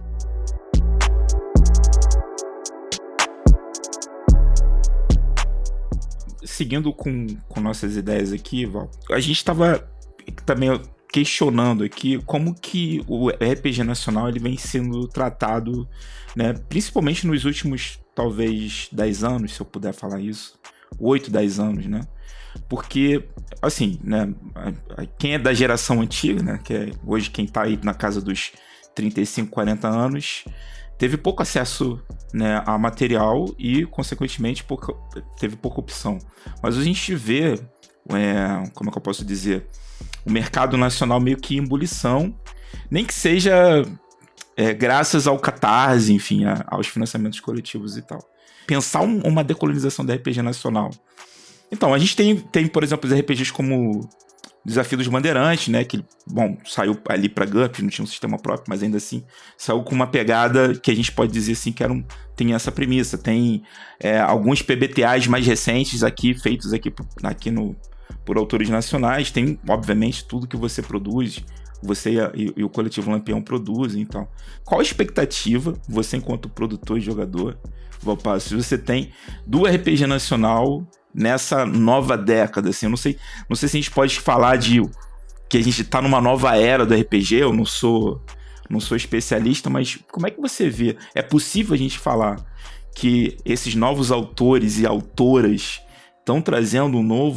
Seguindo com nossas ideias aqui, Val, a gente estava também questionando aqui como que o RPG nacional ele vem sendo tratado, né, principalmente nos últimos, talvez, 10 anos, se eu puder falar isso, 8, 10 anos, né? Porque, assim, né, quem é da geração antiga, né, que é hoje quem tá aí na casa dos 35, 40 anos, teve pouco acesso, né, a material e, consequentemente, teve pouca opção. Mas a gente vê, como é que eu posso dizer, o mercado nacional meio que em ebulição, nem que seja graças ao Catarse, enfim, aos financiamentos coletivos e tal. Pensar uma decolonização da RPG nacional. Então, a gente tem, por exemplo, os RPGs como Desafio dos Bandeirantes, né, que, bom, saiu ali pra GURPS, não tinha um sistema próprio, mas ainda assim, saiu com uma pegada que a gente pode dizer assim, que tem essa premissa. Tem alguns PBTAs mais recentes feitos aqui por autores nacionais, tem, obviamente, tudo que você produz, você e o Coletivo Lampião produzem e tal. Qual a expectativa, você enquanto produtor e jogador, Valpasso, se você tem do RPG nacional nessa nova década, assim, eu não sei se a gente pode falar que a gente tá numa nova era do RPG, eu não sou especialista, mas como é que você vê? É possível a gente falar que esses novos autores e autoras estão trazendo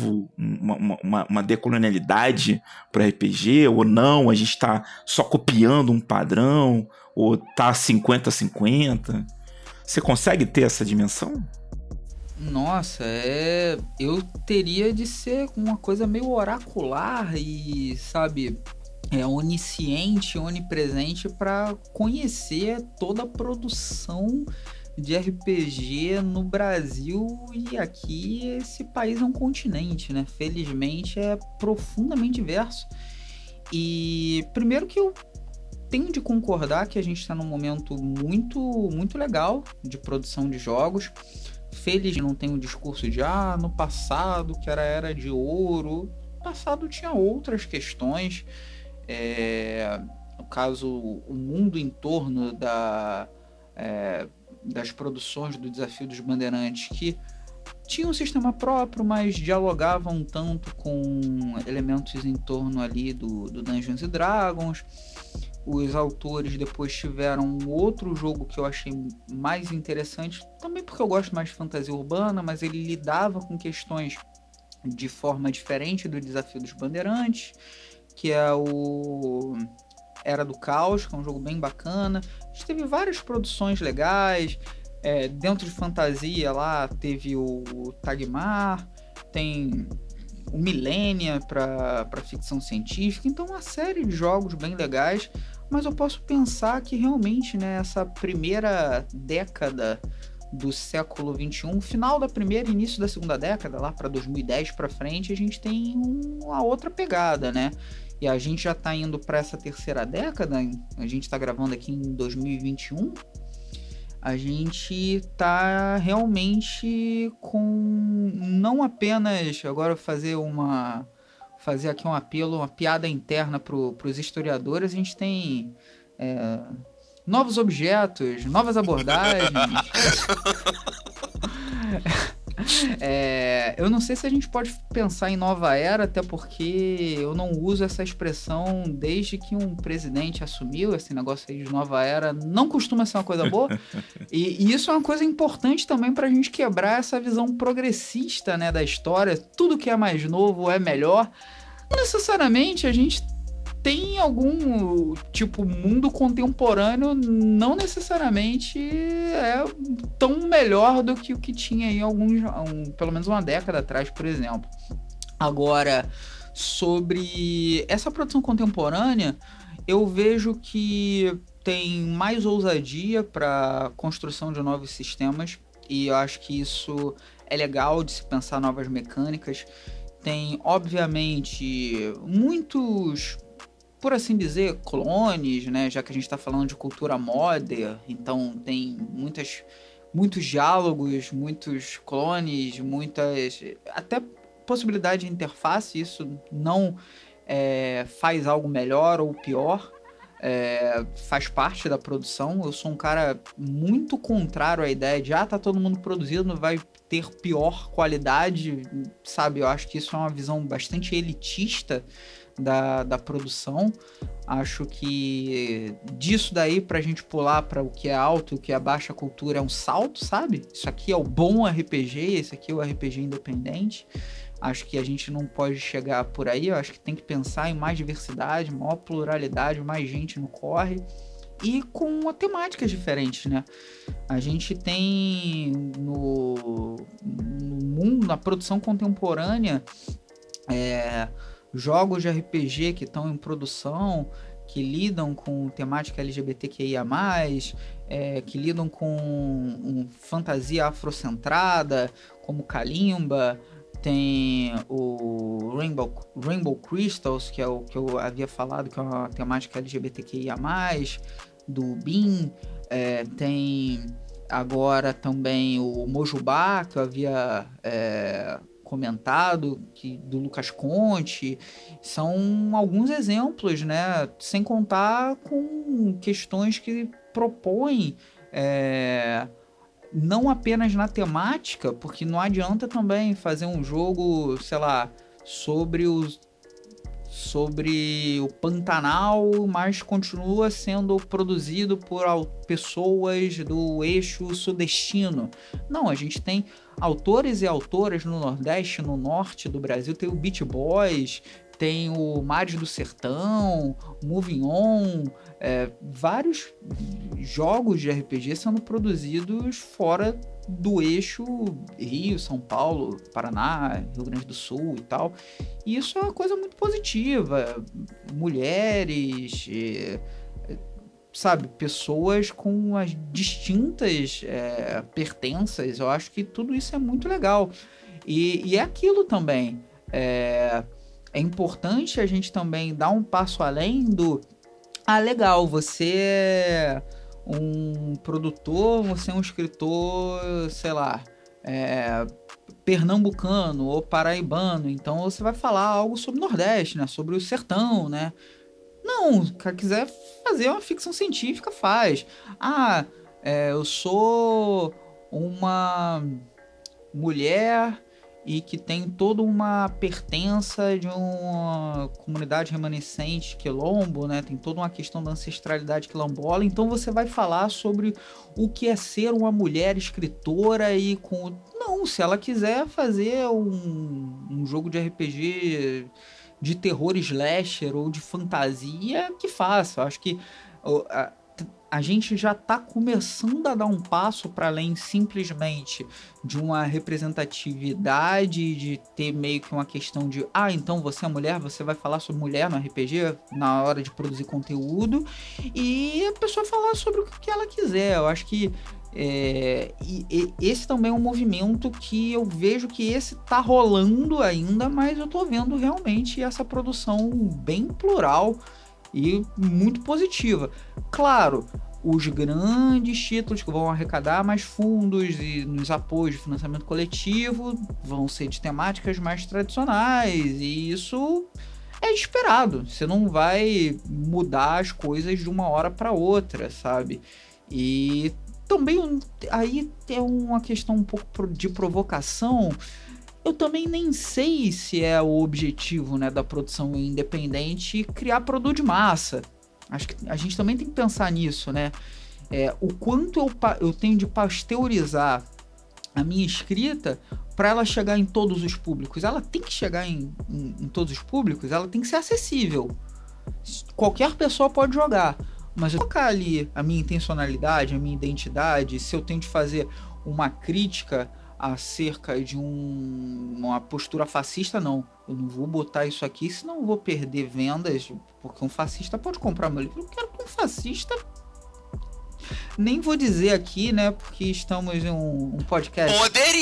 uma decolonialidade para o RPG, ou não? A gente está só copiando um padrão, ou tá 50-50? Você consegue ter essa dimensão? Nossa, eu teria de ser uma coisa meio oracular e, sabe, onisciente, onipresente para conhecer toda a produção de RPG no Brasil, e aqui esse país é um continente, né? Felizmente é profundamente diverso. E primeiro que eu tenho de concordar que a gente está num momento muito, muito legal de produção de jogos. Feliz não tem um discurso de no passado que era de ouro. No passado tinha outras questões. No caso, o mundo em torno das produções do Desafio dos Bandeirantes, que tinha um sistema próprio, mas dialogavam tanto com elementos em torno ali do Dungeons & Dragons. os autores depois tiveram um outro jogo que eu achei mais interessante, também porque eu gosto mais de fantasia urbana, mas ele lidava com questões de forma diferente do Desafio dos Bandeirantes, que é o Era do Caos, que é um jogo bem bacana. A gente teve várias produções legais. Dentro de fantasia lá teve o Tagmar, tem o Millennia para ficção científica, então uma série de jogos bem legais, mas eu posso pensar que realmente, né, essa primeira década do século XXI, final da primeira e início da segunda década, lá para 2010 para frente, a gente tem uma outra pegada, né? E a gente já está indo para essa terceira década, a gente está gravando aqui em 2021, a gente tá realmente com não apenas, agora fazer aqui um apelo, uma piada interna para os historiadores, a gente tem novos objetos, novas abordagens. Eu não sei se a gente pode pensar em nova era, até porque eu não uso essa expressão desde que um presidente assumiu. Esse negócio aí de nova era não costuma ser uma coisa boa. E isso é uma coisa importante também pra gente quebrar essa visão progressista, né, da história. Tudo que é mais novo é melhor. Não necessariamente a gente tem algum tipo mundo contemporâneo, não necessariamente é tão melhor do que o que tinha aí pelo menos uma década atrás, por exemplo. Agora, sobre essa produção contemporânea, eu vejo que tem mais ousadia para construção de novos sistemas, e eu acho que isso é legal de se pensar novas mecânicas. Tem, obviamente, muitos, por assim dizer, clones, né? Já que a gente está falando de cultura modern, então tem muitos diálogos, muitos clones, até possibilidade de interface. Isso não faz algo melhor ou pior, faz parte da produção. Eu sou um cara muito contrário à ideia de tá todo mundo produzindo, vai ter pior qualidade, sabe? Eu acho que isso é uma visão bastante elitista da produção. Acho que disso daí pra gente pular para o que é alto e o que é baixa cultura é um salto, sabe? Isso aqui é o bom RPG, esse aqui é o RPG independente. Acho que a gente não pode chegar por aí. Eu acho que tem que pensar em mais diversidade, maior pluralidade, mais gente no corre e com temáticas diferentes, né? A gente tem no mundo, na produção contemporânea, jogos de RPG que estão em produção, que lidam com temática LGBTQIA+, que lidam com fantasia afrocentrada, como Kalimba. Tem o Rainbow Crystals, que é o que eu havia falado, que é uma temática LGBTQIA+, do BIM. Tem agora também o Mojubá, que eu havia comentado, do Lucas Conte. São alguns exemplos, né? Sem contar com questões que propõem não apenas na temática, porque não adianta também fazer um jogo, sei lá, sobre o Pantanal, mas continua sendo produzido por pessoas do eixo sudestino. Não, a gente tem autores e autoras no Nordeste, no Norte do Brasil, tem o Beach Boys, tem o Mares do Sertão, Moving On, vários jogos de RPG sendo produzidos fora do eixo Rio, São Paulo, Paraná, Rio Grande do Sul e tal. E isso é uma coisa muito positiva. Mulheres, sabe, pessoas com as distintas pertenças. Eu acho que tudo isso é muito legal. E é aquilo também. É importante a gente também dar um passo além do... legal, você é um produtor, você é um escritor, sei lá, pernambucano ou paraibano, então você vai falar algo sobre o Nordeste, né? Sobre o sertão, né? Não, se o cara quiser fazer uma ficção científica, faz. Eu sou uma mulher e que tem toda uma pertença de uma comunidade remanescente quilombo, né? Tem toda uma questão da ancestralidade quilombola. Então você vai falar sobre o que é ser uma mulher escritora e com... Não, se ela quiser fazer um jogo de RPG de terror slasher ou de fantasia, que faça. Eu acho que a gente já está começando a dar um passo para além simplesmente de uma representatividade, de ter meio que uma questão de então você é mulher, você vai falar sobre mulher no RPG na hora de produzir conteúdo, e a pessoa falar sobre o que ela quiser. Eu acho que esse também é um movimento que eu vejo que esse tá rolando ainda, mas eu tô vendo realmente essa produção bem plural e muito positiva. Claro, os grandes títulos que vão arrecadar mais fundos e nos apoios de financiamento coletivo vão ser de temáticas mais tradicionais, e isso é esperado. Você não vai mudar as coisas de uma hora para outra, sabe? E também aí é uma questão um pouco de provocação. Eu também nem sei se é o objetivo, né, da produção independente criar produto de massa. Acho que a gente também tem que pensar nisso, né? O quanto eu tenho de pasteurizar a minha escrita para ela chegar em todos os públicos. Ela tem que chegar em todos os públicos, ela tem que ser acessível. Qualquer pessoa pode jogar, mas eu colocar ali a minha intencionalidade, a minha identidade, se eu tenho de fazer uma crítica acerca de uma postura fascista, não. Eu não vou botar isso aqui, senão eu vou perder vendas, porque um fascista pode comprar meu livro. Eu quero que um fascista... Nem vou dizer aqui, né, porque estamos em um podcast...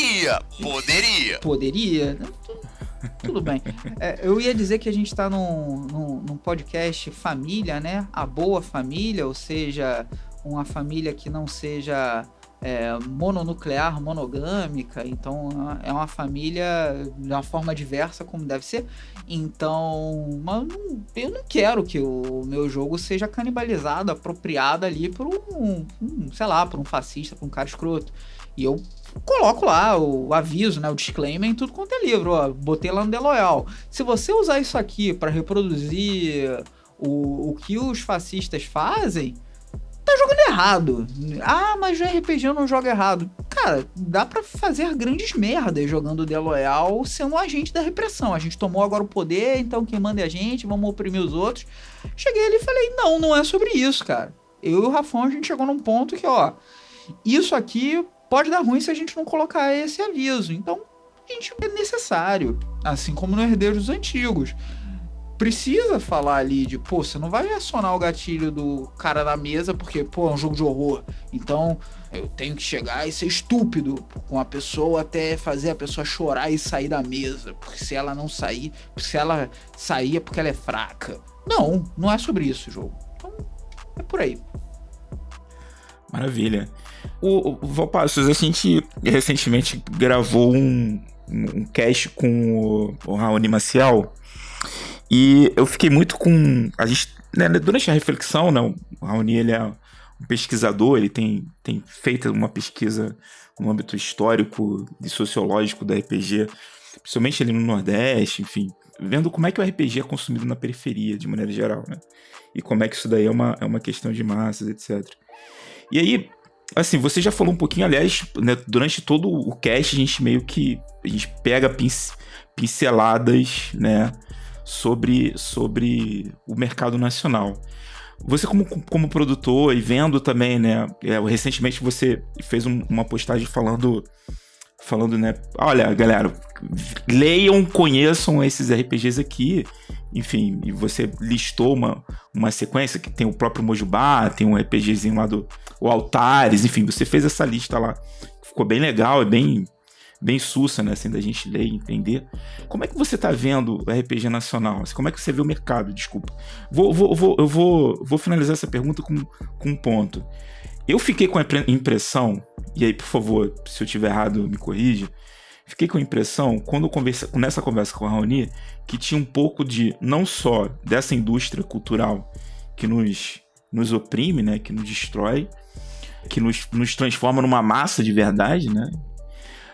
Poderia? Tudo bem. Eu ia dizer que a gente está num podcast família, né? A boa família, ou seja, uma família que não seja mononuclear, monogâmica. Então, é uma família de uma forma diversa, como deve ser. Então, eu não quero que o meu jogo seja canibalizado, apropriado ali por por um fascista, por um cara escroto. E eu coloco lá o aviso, né, o disclaimer em tudo quanto é livro, ó, botei lá no The Loyal. Se você usar isso aqui para reproduzir o que os fascistas fazem, tá jogando errado. Mas o RPG não joga errado. Cara, dá pra fazer grandes merdas jogando The Loyal sendo um agente da repressão. A gente tomou agora o poder, então quem manda é a gente, vamos oprimir os outros. Cheguei ali e falei, não é sobre isso, cara. Eu e o Rafão, a gente chegou num ponto que, isso aqui pode dar ruim se a gente não colocar esse aviso. Então, a gente é necessário. Assim como no Herdeiros Antigos. Precisa falar ali de, você não vai acionar o gatilho do cara na mesa porque, é um jogo de horror. Então, eu tenho que chegar e ser estúpido com a pessoa até fazer a pessoa chorar e sair da mesa. Porque se ela não sair, se ela sair é porque ela é fraca. Não é sobre isso o jogo. Então, é por aí. Maravilha. O Valpassos, a gente recentemente gravou um cast com o Raoni Maciel, e eu fiquei muito com... A gente, né, durante a reflexão, né, o Raoni, ele é um pesquisador, ele tem feito uma pesquisa no âmbito histórico e sociológico da RPG, principalmente ali no Nordeste, enfim, vendo como é que o RPG é consumido na periferia, de maneira geral, né? E como é que isso daí é uma questão de massas, etc. E aí, assim, você já falou um pouquinho, aliás, né, durante todo o cast, a gente pega pinceladas, né, sobre o mercado nacional. Você como produtor e vendo também, né, recentemente você fez uma postagem falando, né, olha, galera, leiam, conheçam esses RPGs aqui, enfim, e você listou uma sequência que tem o próprio Mojubá, tem um RPGzinho lá o Altares, enfim, você fez essa lista lá, ficou bem legal, é bem sussa, né, assim, da gente ler e entender. Como é que você tá vendo o RPG nacional? Assim, como é que você vê o mercado? Desculpa. Eu vou finalizar essa pergunta com um ponto. Eu fiquei com a impressão, e aí, por favor, se eu tiver errado, me corrija, fiquei com a impressão, nessa conversa com a Raoni, que tinha um pouco de, não só dessa indústria cultural que nos oprime, né, que nos destrói, que nos transforma numa massa de verdade, né,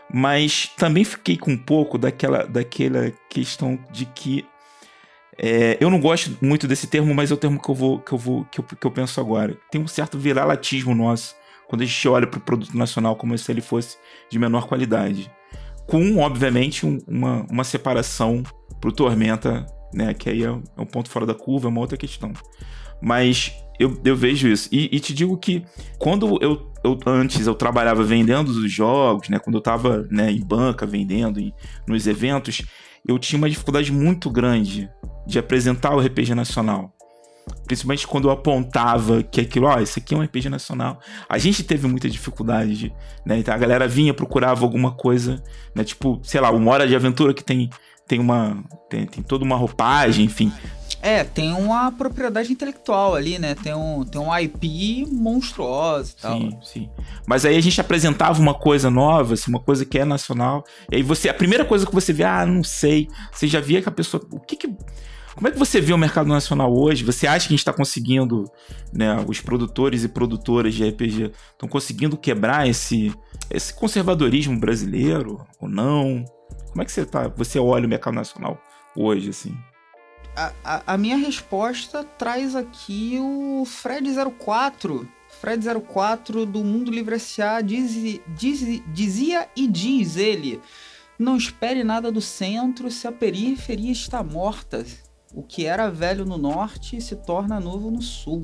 Mas também fiquei com um pouco daquela questão de que eu não gosto muito desse termo, mas é o termo que eu penso agora. Tem um certo viralatismo nosso quando a gente olha para o produto nacional como se ele fosse de menor qualidade. Com, obviamente, uma separação pro Tormenta, né? Que aí é um ponto fora da curva, é uma outra questão. Mas eu vejo isso. E te digo que quando antes eu trabalhava vendendo os jogos, né? Quando eu tava, né, em banca vendendo nos eventos, eu tinha uma dificuldade muito grande de apresentar o RPG nacional. Principalmente quando eu apontava que aquilo, isso aqui é um RPG nacional. A gente teve muita dificuldade, né? Então a galera vinha, procurava alguma coisa, né? Tipo, sei lá, uma Hora de Aventura que tem toda uma roupagem, enfim. Tem uma propriedade intelectual ali, né? Tem um IP monstruoso e tal. Sim. Mas aí a gente apresentava uma coisa nova, assim, uma coisa que é nacional. E aí a primeira coisa que você vê, não sei. Você já via que a pessoa... Como é que você vê o mercado nacional hoje? Você acha que a gente está conseguindo, né, os produtores e produtoras de RPG estão conseguindo quebrar esse conservadorismo brasileiro ou não? Como é que você olha o mercado nacional hoje, assim? A minha resposta traz aqui o Fred 04. Fred 04 do Mundo Livre S.A. dizia e diz ele: não espere nada do centro se a periferia está morta. O que era velho no norte se torna novo no sul.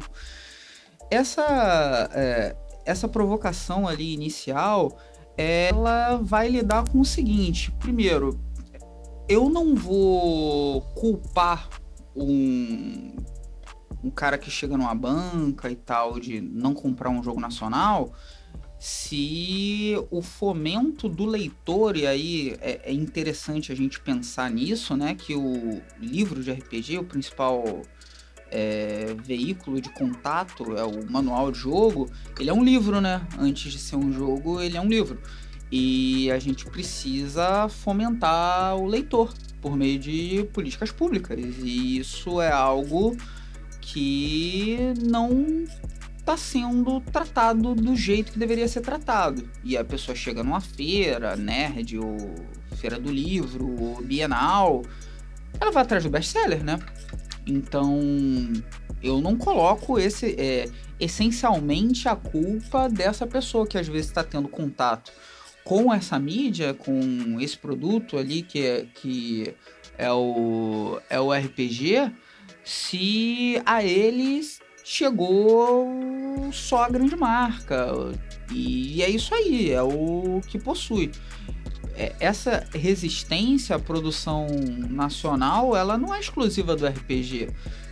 Essa provocação ali inicial, ela vai lidar com o seguinte. Primeiro, eu não vou culpar um cara que chega numa banca e tal de não comprar um jogo nacional se o fomento do leitor, e aí é interessante a gente pensar nisso, né, que o livro de RPG, o principal veículo de contato, é o manual de jogo, ele é um livro, né, antes de ser um jogo, ele é um livro, e a gente precisa fomentar o leitor por meio de políticas públicas, e isso é algo que não está sendo tratado do jeito que deveria ser tratado. E a pessoa chega numa feira, nerd, ou feira do livro, ou bienal, ela vai atrás do best-seller, né? Então, eu não coloco essencialmente a culpa dessa pessoa que às vezes está tendo contato com essa mídia, com esse produto ali que é o RPG, se a eles chegou só a grande marca, e é isso aí, é o que possui. Essa resistência à produção nacional, ela não é exclusiva do RPG.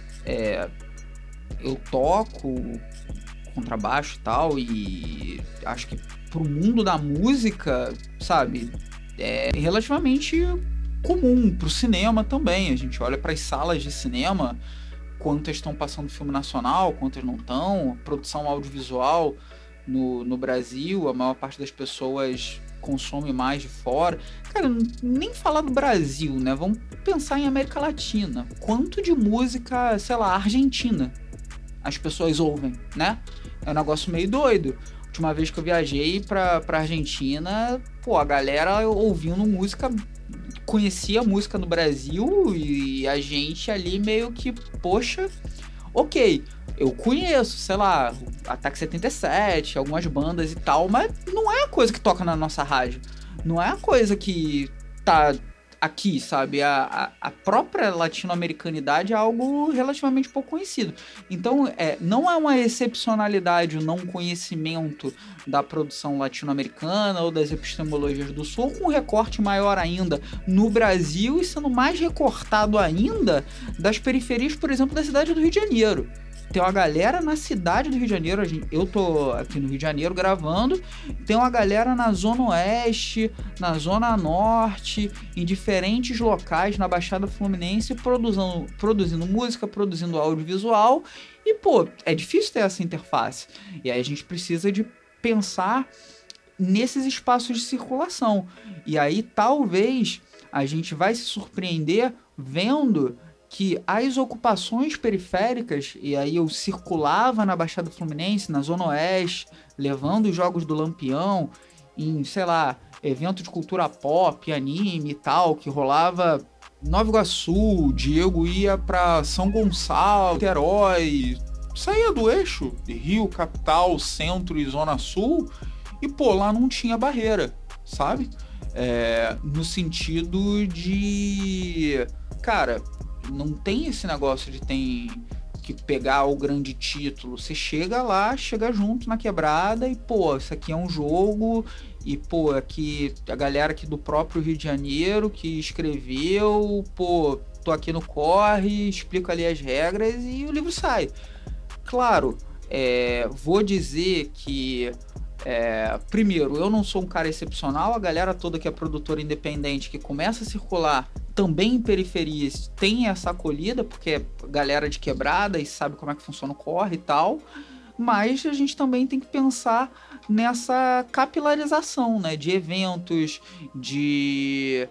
Eu toco contrabaixo e tal, e acho que pro mundo da música, sabe, é relativamente comum. Pro cinema também, a gente olha para as salas de cinema, quantas estão passando filme nacional, quantas não estão, produção audiovisual no Brasil, a maior parte das pessoas consome mais de fora. Cara, nem falar do Brasil, né? Vamos pensar em América Latina. Quanto de música, sei lá, argentina as pessoas ouvem, né? É um negócio meio doido. Última vez que eu viajei pra Argentina, a galera ouvindo música, conhecia a música no Brasil, e a gente ali meio que, poxa, ok, eu conheço, sei lá, Ataque 77, algumas bandas e tal, mas não é a coisa que toca na nossa rádio, não é a coisa que tá aqui, sabe? A própria latino-americanidade é algo relativamente pouco conhecido. Então, não é uma excepcionalidade o não conhecimento da produção latino-americana ou das epistemologias do Sul, com um recorte maior ainda no Brasil e sendo mais recortado ainda das periferias, por exemplo, da cidade do Rio de Janeiro. Tem uma galera na cidade do Rio de Janeiro, eu tô aqui no Rio de Janeiro gravando, tem uma galera na Zona Oeste, na Zona Norte, em diferentes locais na Baixada Fluminense, produzindo música, produzindo audiovisual, e é difícil ter essa interface. E aí a gente precisa de pensar nesses espaços de circulação. E aí talvez a gente vai se surpreender vendo que as ocupações periféricas, e aí eu circulava na Baixada Fluminense, na Zona Oeste, levando os jogos do Lampião, em, sei lá, evento de cultura pop, anime e tal, que rolava Nova Iguaçu, Diego ia pra São Gonçalo, Niterói, saía do eixo, Rio, capital, centro e zona sul, e pô, lá não tinha barreira, sabe? No sentido de, cara, não tem esse negócio de tem que pegar o grande título. Você chega lá, chega junto na quebrada e, pô, isso aqui é um jogo e, pô, aqui a galera aqui do próprio Rio de Janeiro que escreveu, pô, tô aqui no corre, explico ali as regras e o livro sai. Claro, vou dizer que primeiro, eu não sou um cara excepcional, a galera toda que é produtora independente que começa a circular também em periferias tem essa acolhida, porque é galera de quebrada e sabe como é que funciona o corre e tal, mas a gente também tem que pensar nessa capilarização, né, de eventos, de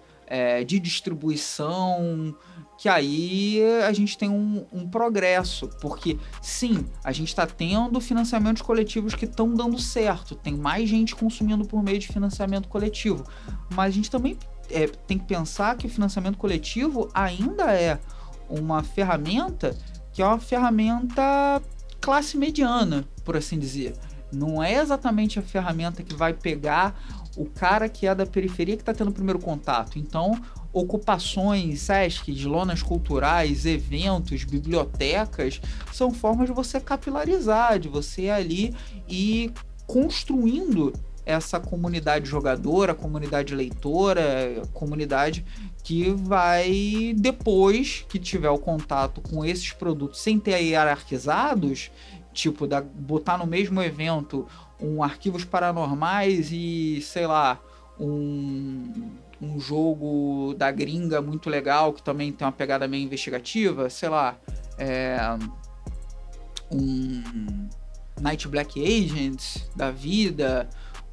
distribuição, que aí a gente tem um progresso, porque sim, a gente está tendo financiamentos coletivos que estão dando certo, tem mais gente consumindo por meio de financiamento coletivo, mas a gente também tem que pensar que o financiamento coletivo ainda é uma ferramenta que é uma ferramenta classe mediana, por assim dizer. Não é exatamente a ferramenta que vai pegar o cara que é da periferia que está tendo o primeiro contato. Então, ocupações, SESCs, lonas culturais, eventos, bibliotecas, são formas de você capilarizar, de você ali ir construindo essa comunidade jogadora, comunidade leitora, comunidade que vai, depois que tiver o contato com esses produtos, sem ter hierarquizados, tipo, botar no mesmo evento Arquivos Paranormais e, sei lá, um jogo da gringa muito legal, que também tem uma pegada meio investigativa, sei lá, um Night Black Agents da vida,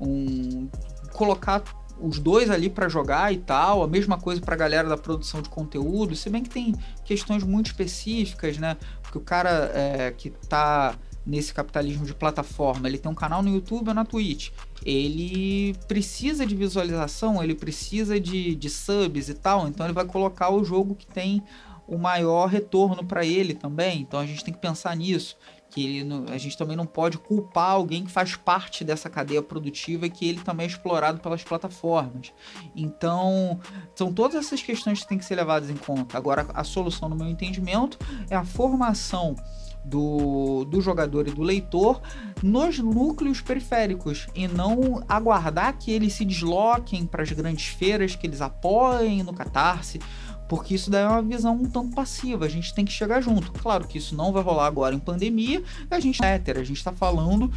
colocar os dois ali para jogar e tal, a mesma coisa para a galera da produção de conteúdo, se bem que tem questões muito específicas, né, porque o cara que tá nesse capitalismo de plataforma, ele tem um canal no YouTube ou na Twitch, ele precisa de visualização, ele precisa de subs e tal, então ele vai colocar o jogo que tem o maior retorno para ele também, então a gente tem que pensar nisso, que a gente também não pode culpar alguém que faz parte dessa cadeia produtiva e que ele também é explorado pelas plataformas. Então, são todas essas questões que têm que ser levadas em conta. Agora, a solução, no meu entendimento, é a formação do jogador e do leitor nos núcleos periféricos e não aguardar que eles se desloquem para as grandes feiras, que eles apoiem no Catarse, porque isso daí é uma visão um tanto passiva, a gente tem que chegar junto. Claro que isso não vai rolar agora em pandemia, a gente está falando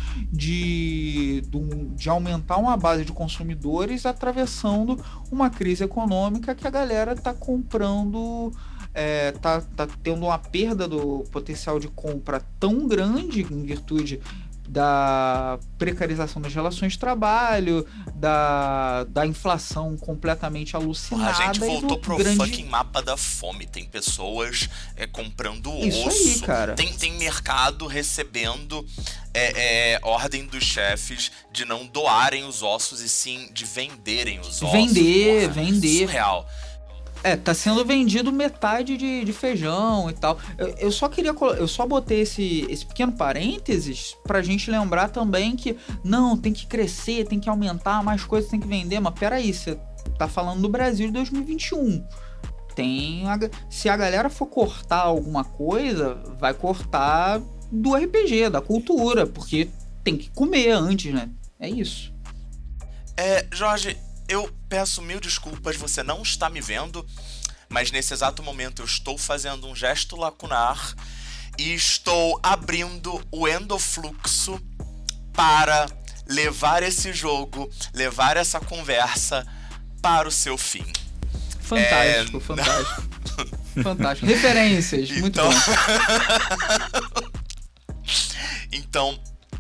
de aumentar uma base de consumidores atravessando uma crise econômica que a galera está comprando, tá tendo uma perda do potencial de compra tão grande em virtude da precarização das relações de trabalho, da inflação completamente alucinada. A gente voltou pro fucking mapa da fome. Tem pessoas comprando isso osso. Aí, cara. Tem mercado recebendo ordem dos chefes de não doarem os ossos e sim de venderem os ossos. Vender. Surreal. Tá sendo vendido metade de feijão e tal. Eu só botei esse pequeno parênteses pra gente lembrar também que não, tem que crescer, tem que aumentar, mais coisas tem que vender, mas peraí, você tá falando do Brasil de 2021. Se a galera for cortar alguma coisa, vai cortar do RPG, da cultura, porque tem que comer antes, né? É isso. Jorge, eu peço mil desculpas, você não está me vendo, mas nesse exato momento eu estou fazendo um gesto lacunar e estou abrindo o endofluxo para levar esse jogo, levar essa conversa para o seu fim. Fantástico. Fantástico. Referências, muito bom. Então,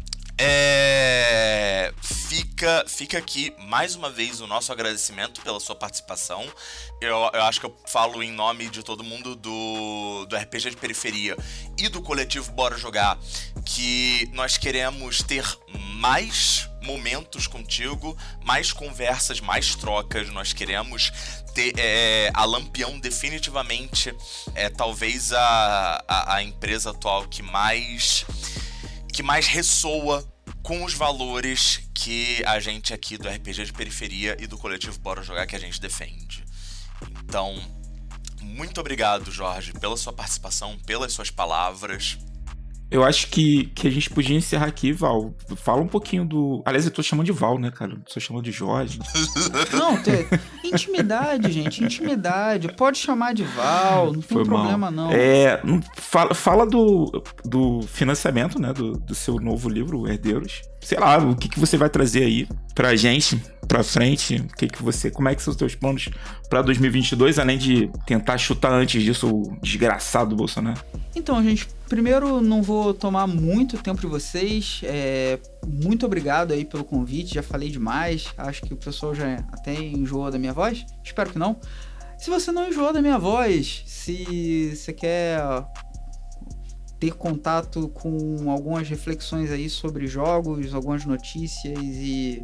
fica aqui mais uma vez o nosso agradecimento pela sua participação. Eu acho que eu falo em nome de todo mundo do RPG de Periferia e do coletivo Bora Jogar, que nós queremos ter mais momentos contigo, mais conversas, mais trocas. Nós queremos ter a Lampião definitivamente talvez a empresa atual que mais ressoa com os valores que a gente aqui do RPG de Periferia e do coletivo Bora Jogar que a gente defende. Então, muito obrigado, Jorge, pela sua participação, pelas suas palavras. Eu acho que a gente podia encerrar aqui, Val. Fala um pouquinho do... Aliás, eu tô chamando de Val, né, cara? Não tô chamando de Jorge. Não, intimidade, gente. Intimidade. Pode chamar de Val, não tem problema, não. Fala do financiamento, né? Do seu novo livro, Herdeiros. Sei lá, o que você vai trazer aí pra gente, pra frente? Como é que são os teus planos pra 2022, além de tentar chutar antes disso o desgraçado do Bolsonaro? Então, gente, primeiro não vou tomar muito tempo de vocês. Muito obrigado aí pelo convite, já falei demais. Acho que o pessoal já até enjoou da minha voz. Espero que não. Se você não enjoou da minha voz, se você quer ter contato com algumas reflexões aí sobre jogos, algumas notícias e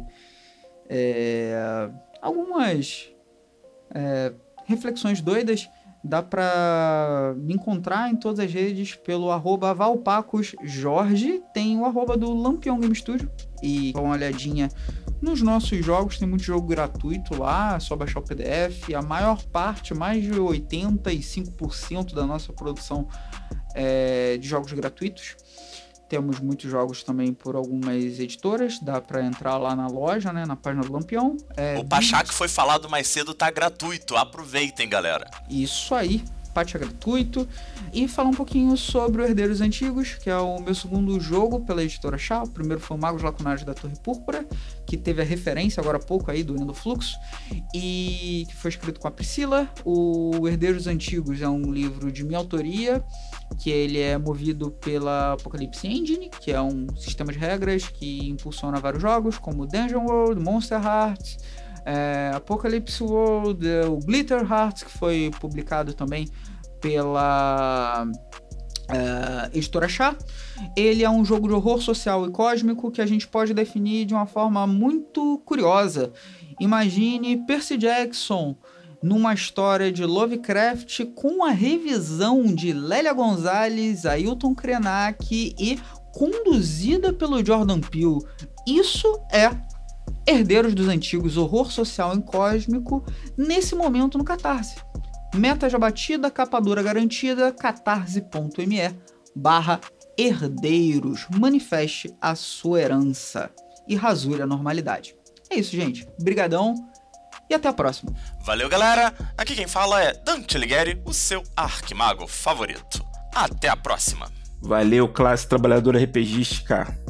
algumas reflexões doidas, dá pra me encontrar em todas as redes pelo @valpacosjorge, tem o @ do Lampião Game Studio, e dá uma olhadinha nos nossos jogos, tem muito jogo gratuito lá, é só baixar o PDF. A maior parte, mais de 85% da nossa produção de jogos gratuitos. Temos muitos jogos também por algumas editoras, dá pra entrar lá na loja, né, na página do Lampião. O Pachá que foi falado mais cedo tá gratuito, aproveitem, galera. Isso aí, Pachá gratuito. E falar um pouquinho sobre o Herdeiros Antigos, que é o meu segundo jogo pela editora Chá. O primeiro foi o Magos Lacunares da Torre Púrpura, que teve a referência agora há pouco aí do Hino do Fluxo, e que foi escrito com a Priscila. O Herdeiros Antigos é um livro de minha autoria, que ele é movido pela Apocalypse Engine, que é um sistema de regras que impulsiona vários jogos, como Dungeon World, Monster Hearts, Apocalypse World, o Glitter Hearts, que foi publicado também pela editora Chá. Ele é um jogo de horror social e cósmico que a gente pode definir de uma forma muito curiosa. Imagine Percy Jackson numa história de Lovecraft com a revisão de Lélia Gonzalez, Ailton Krenak e conduzida pelo Jordan Peele. Isso é Herdeiros dos Antigos, horror social e cósmico, nesse momento no Catarse. Meta já batida, capa dura garantida, catarse.me/herdeiros. Manifeste a sua herança e rasure a normalidade. É isso, gente. Brigadão e até a próxima. Valeu, galera. Aqui quem fala é Dante Alighieri, o seu arquimago favorito. Até a próxima. Valeu, classe trabalhadora RPGística.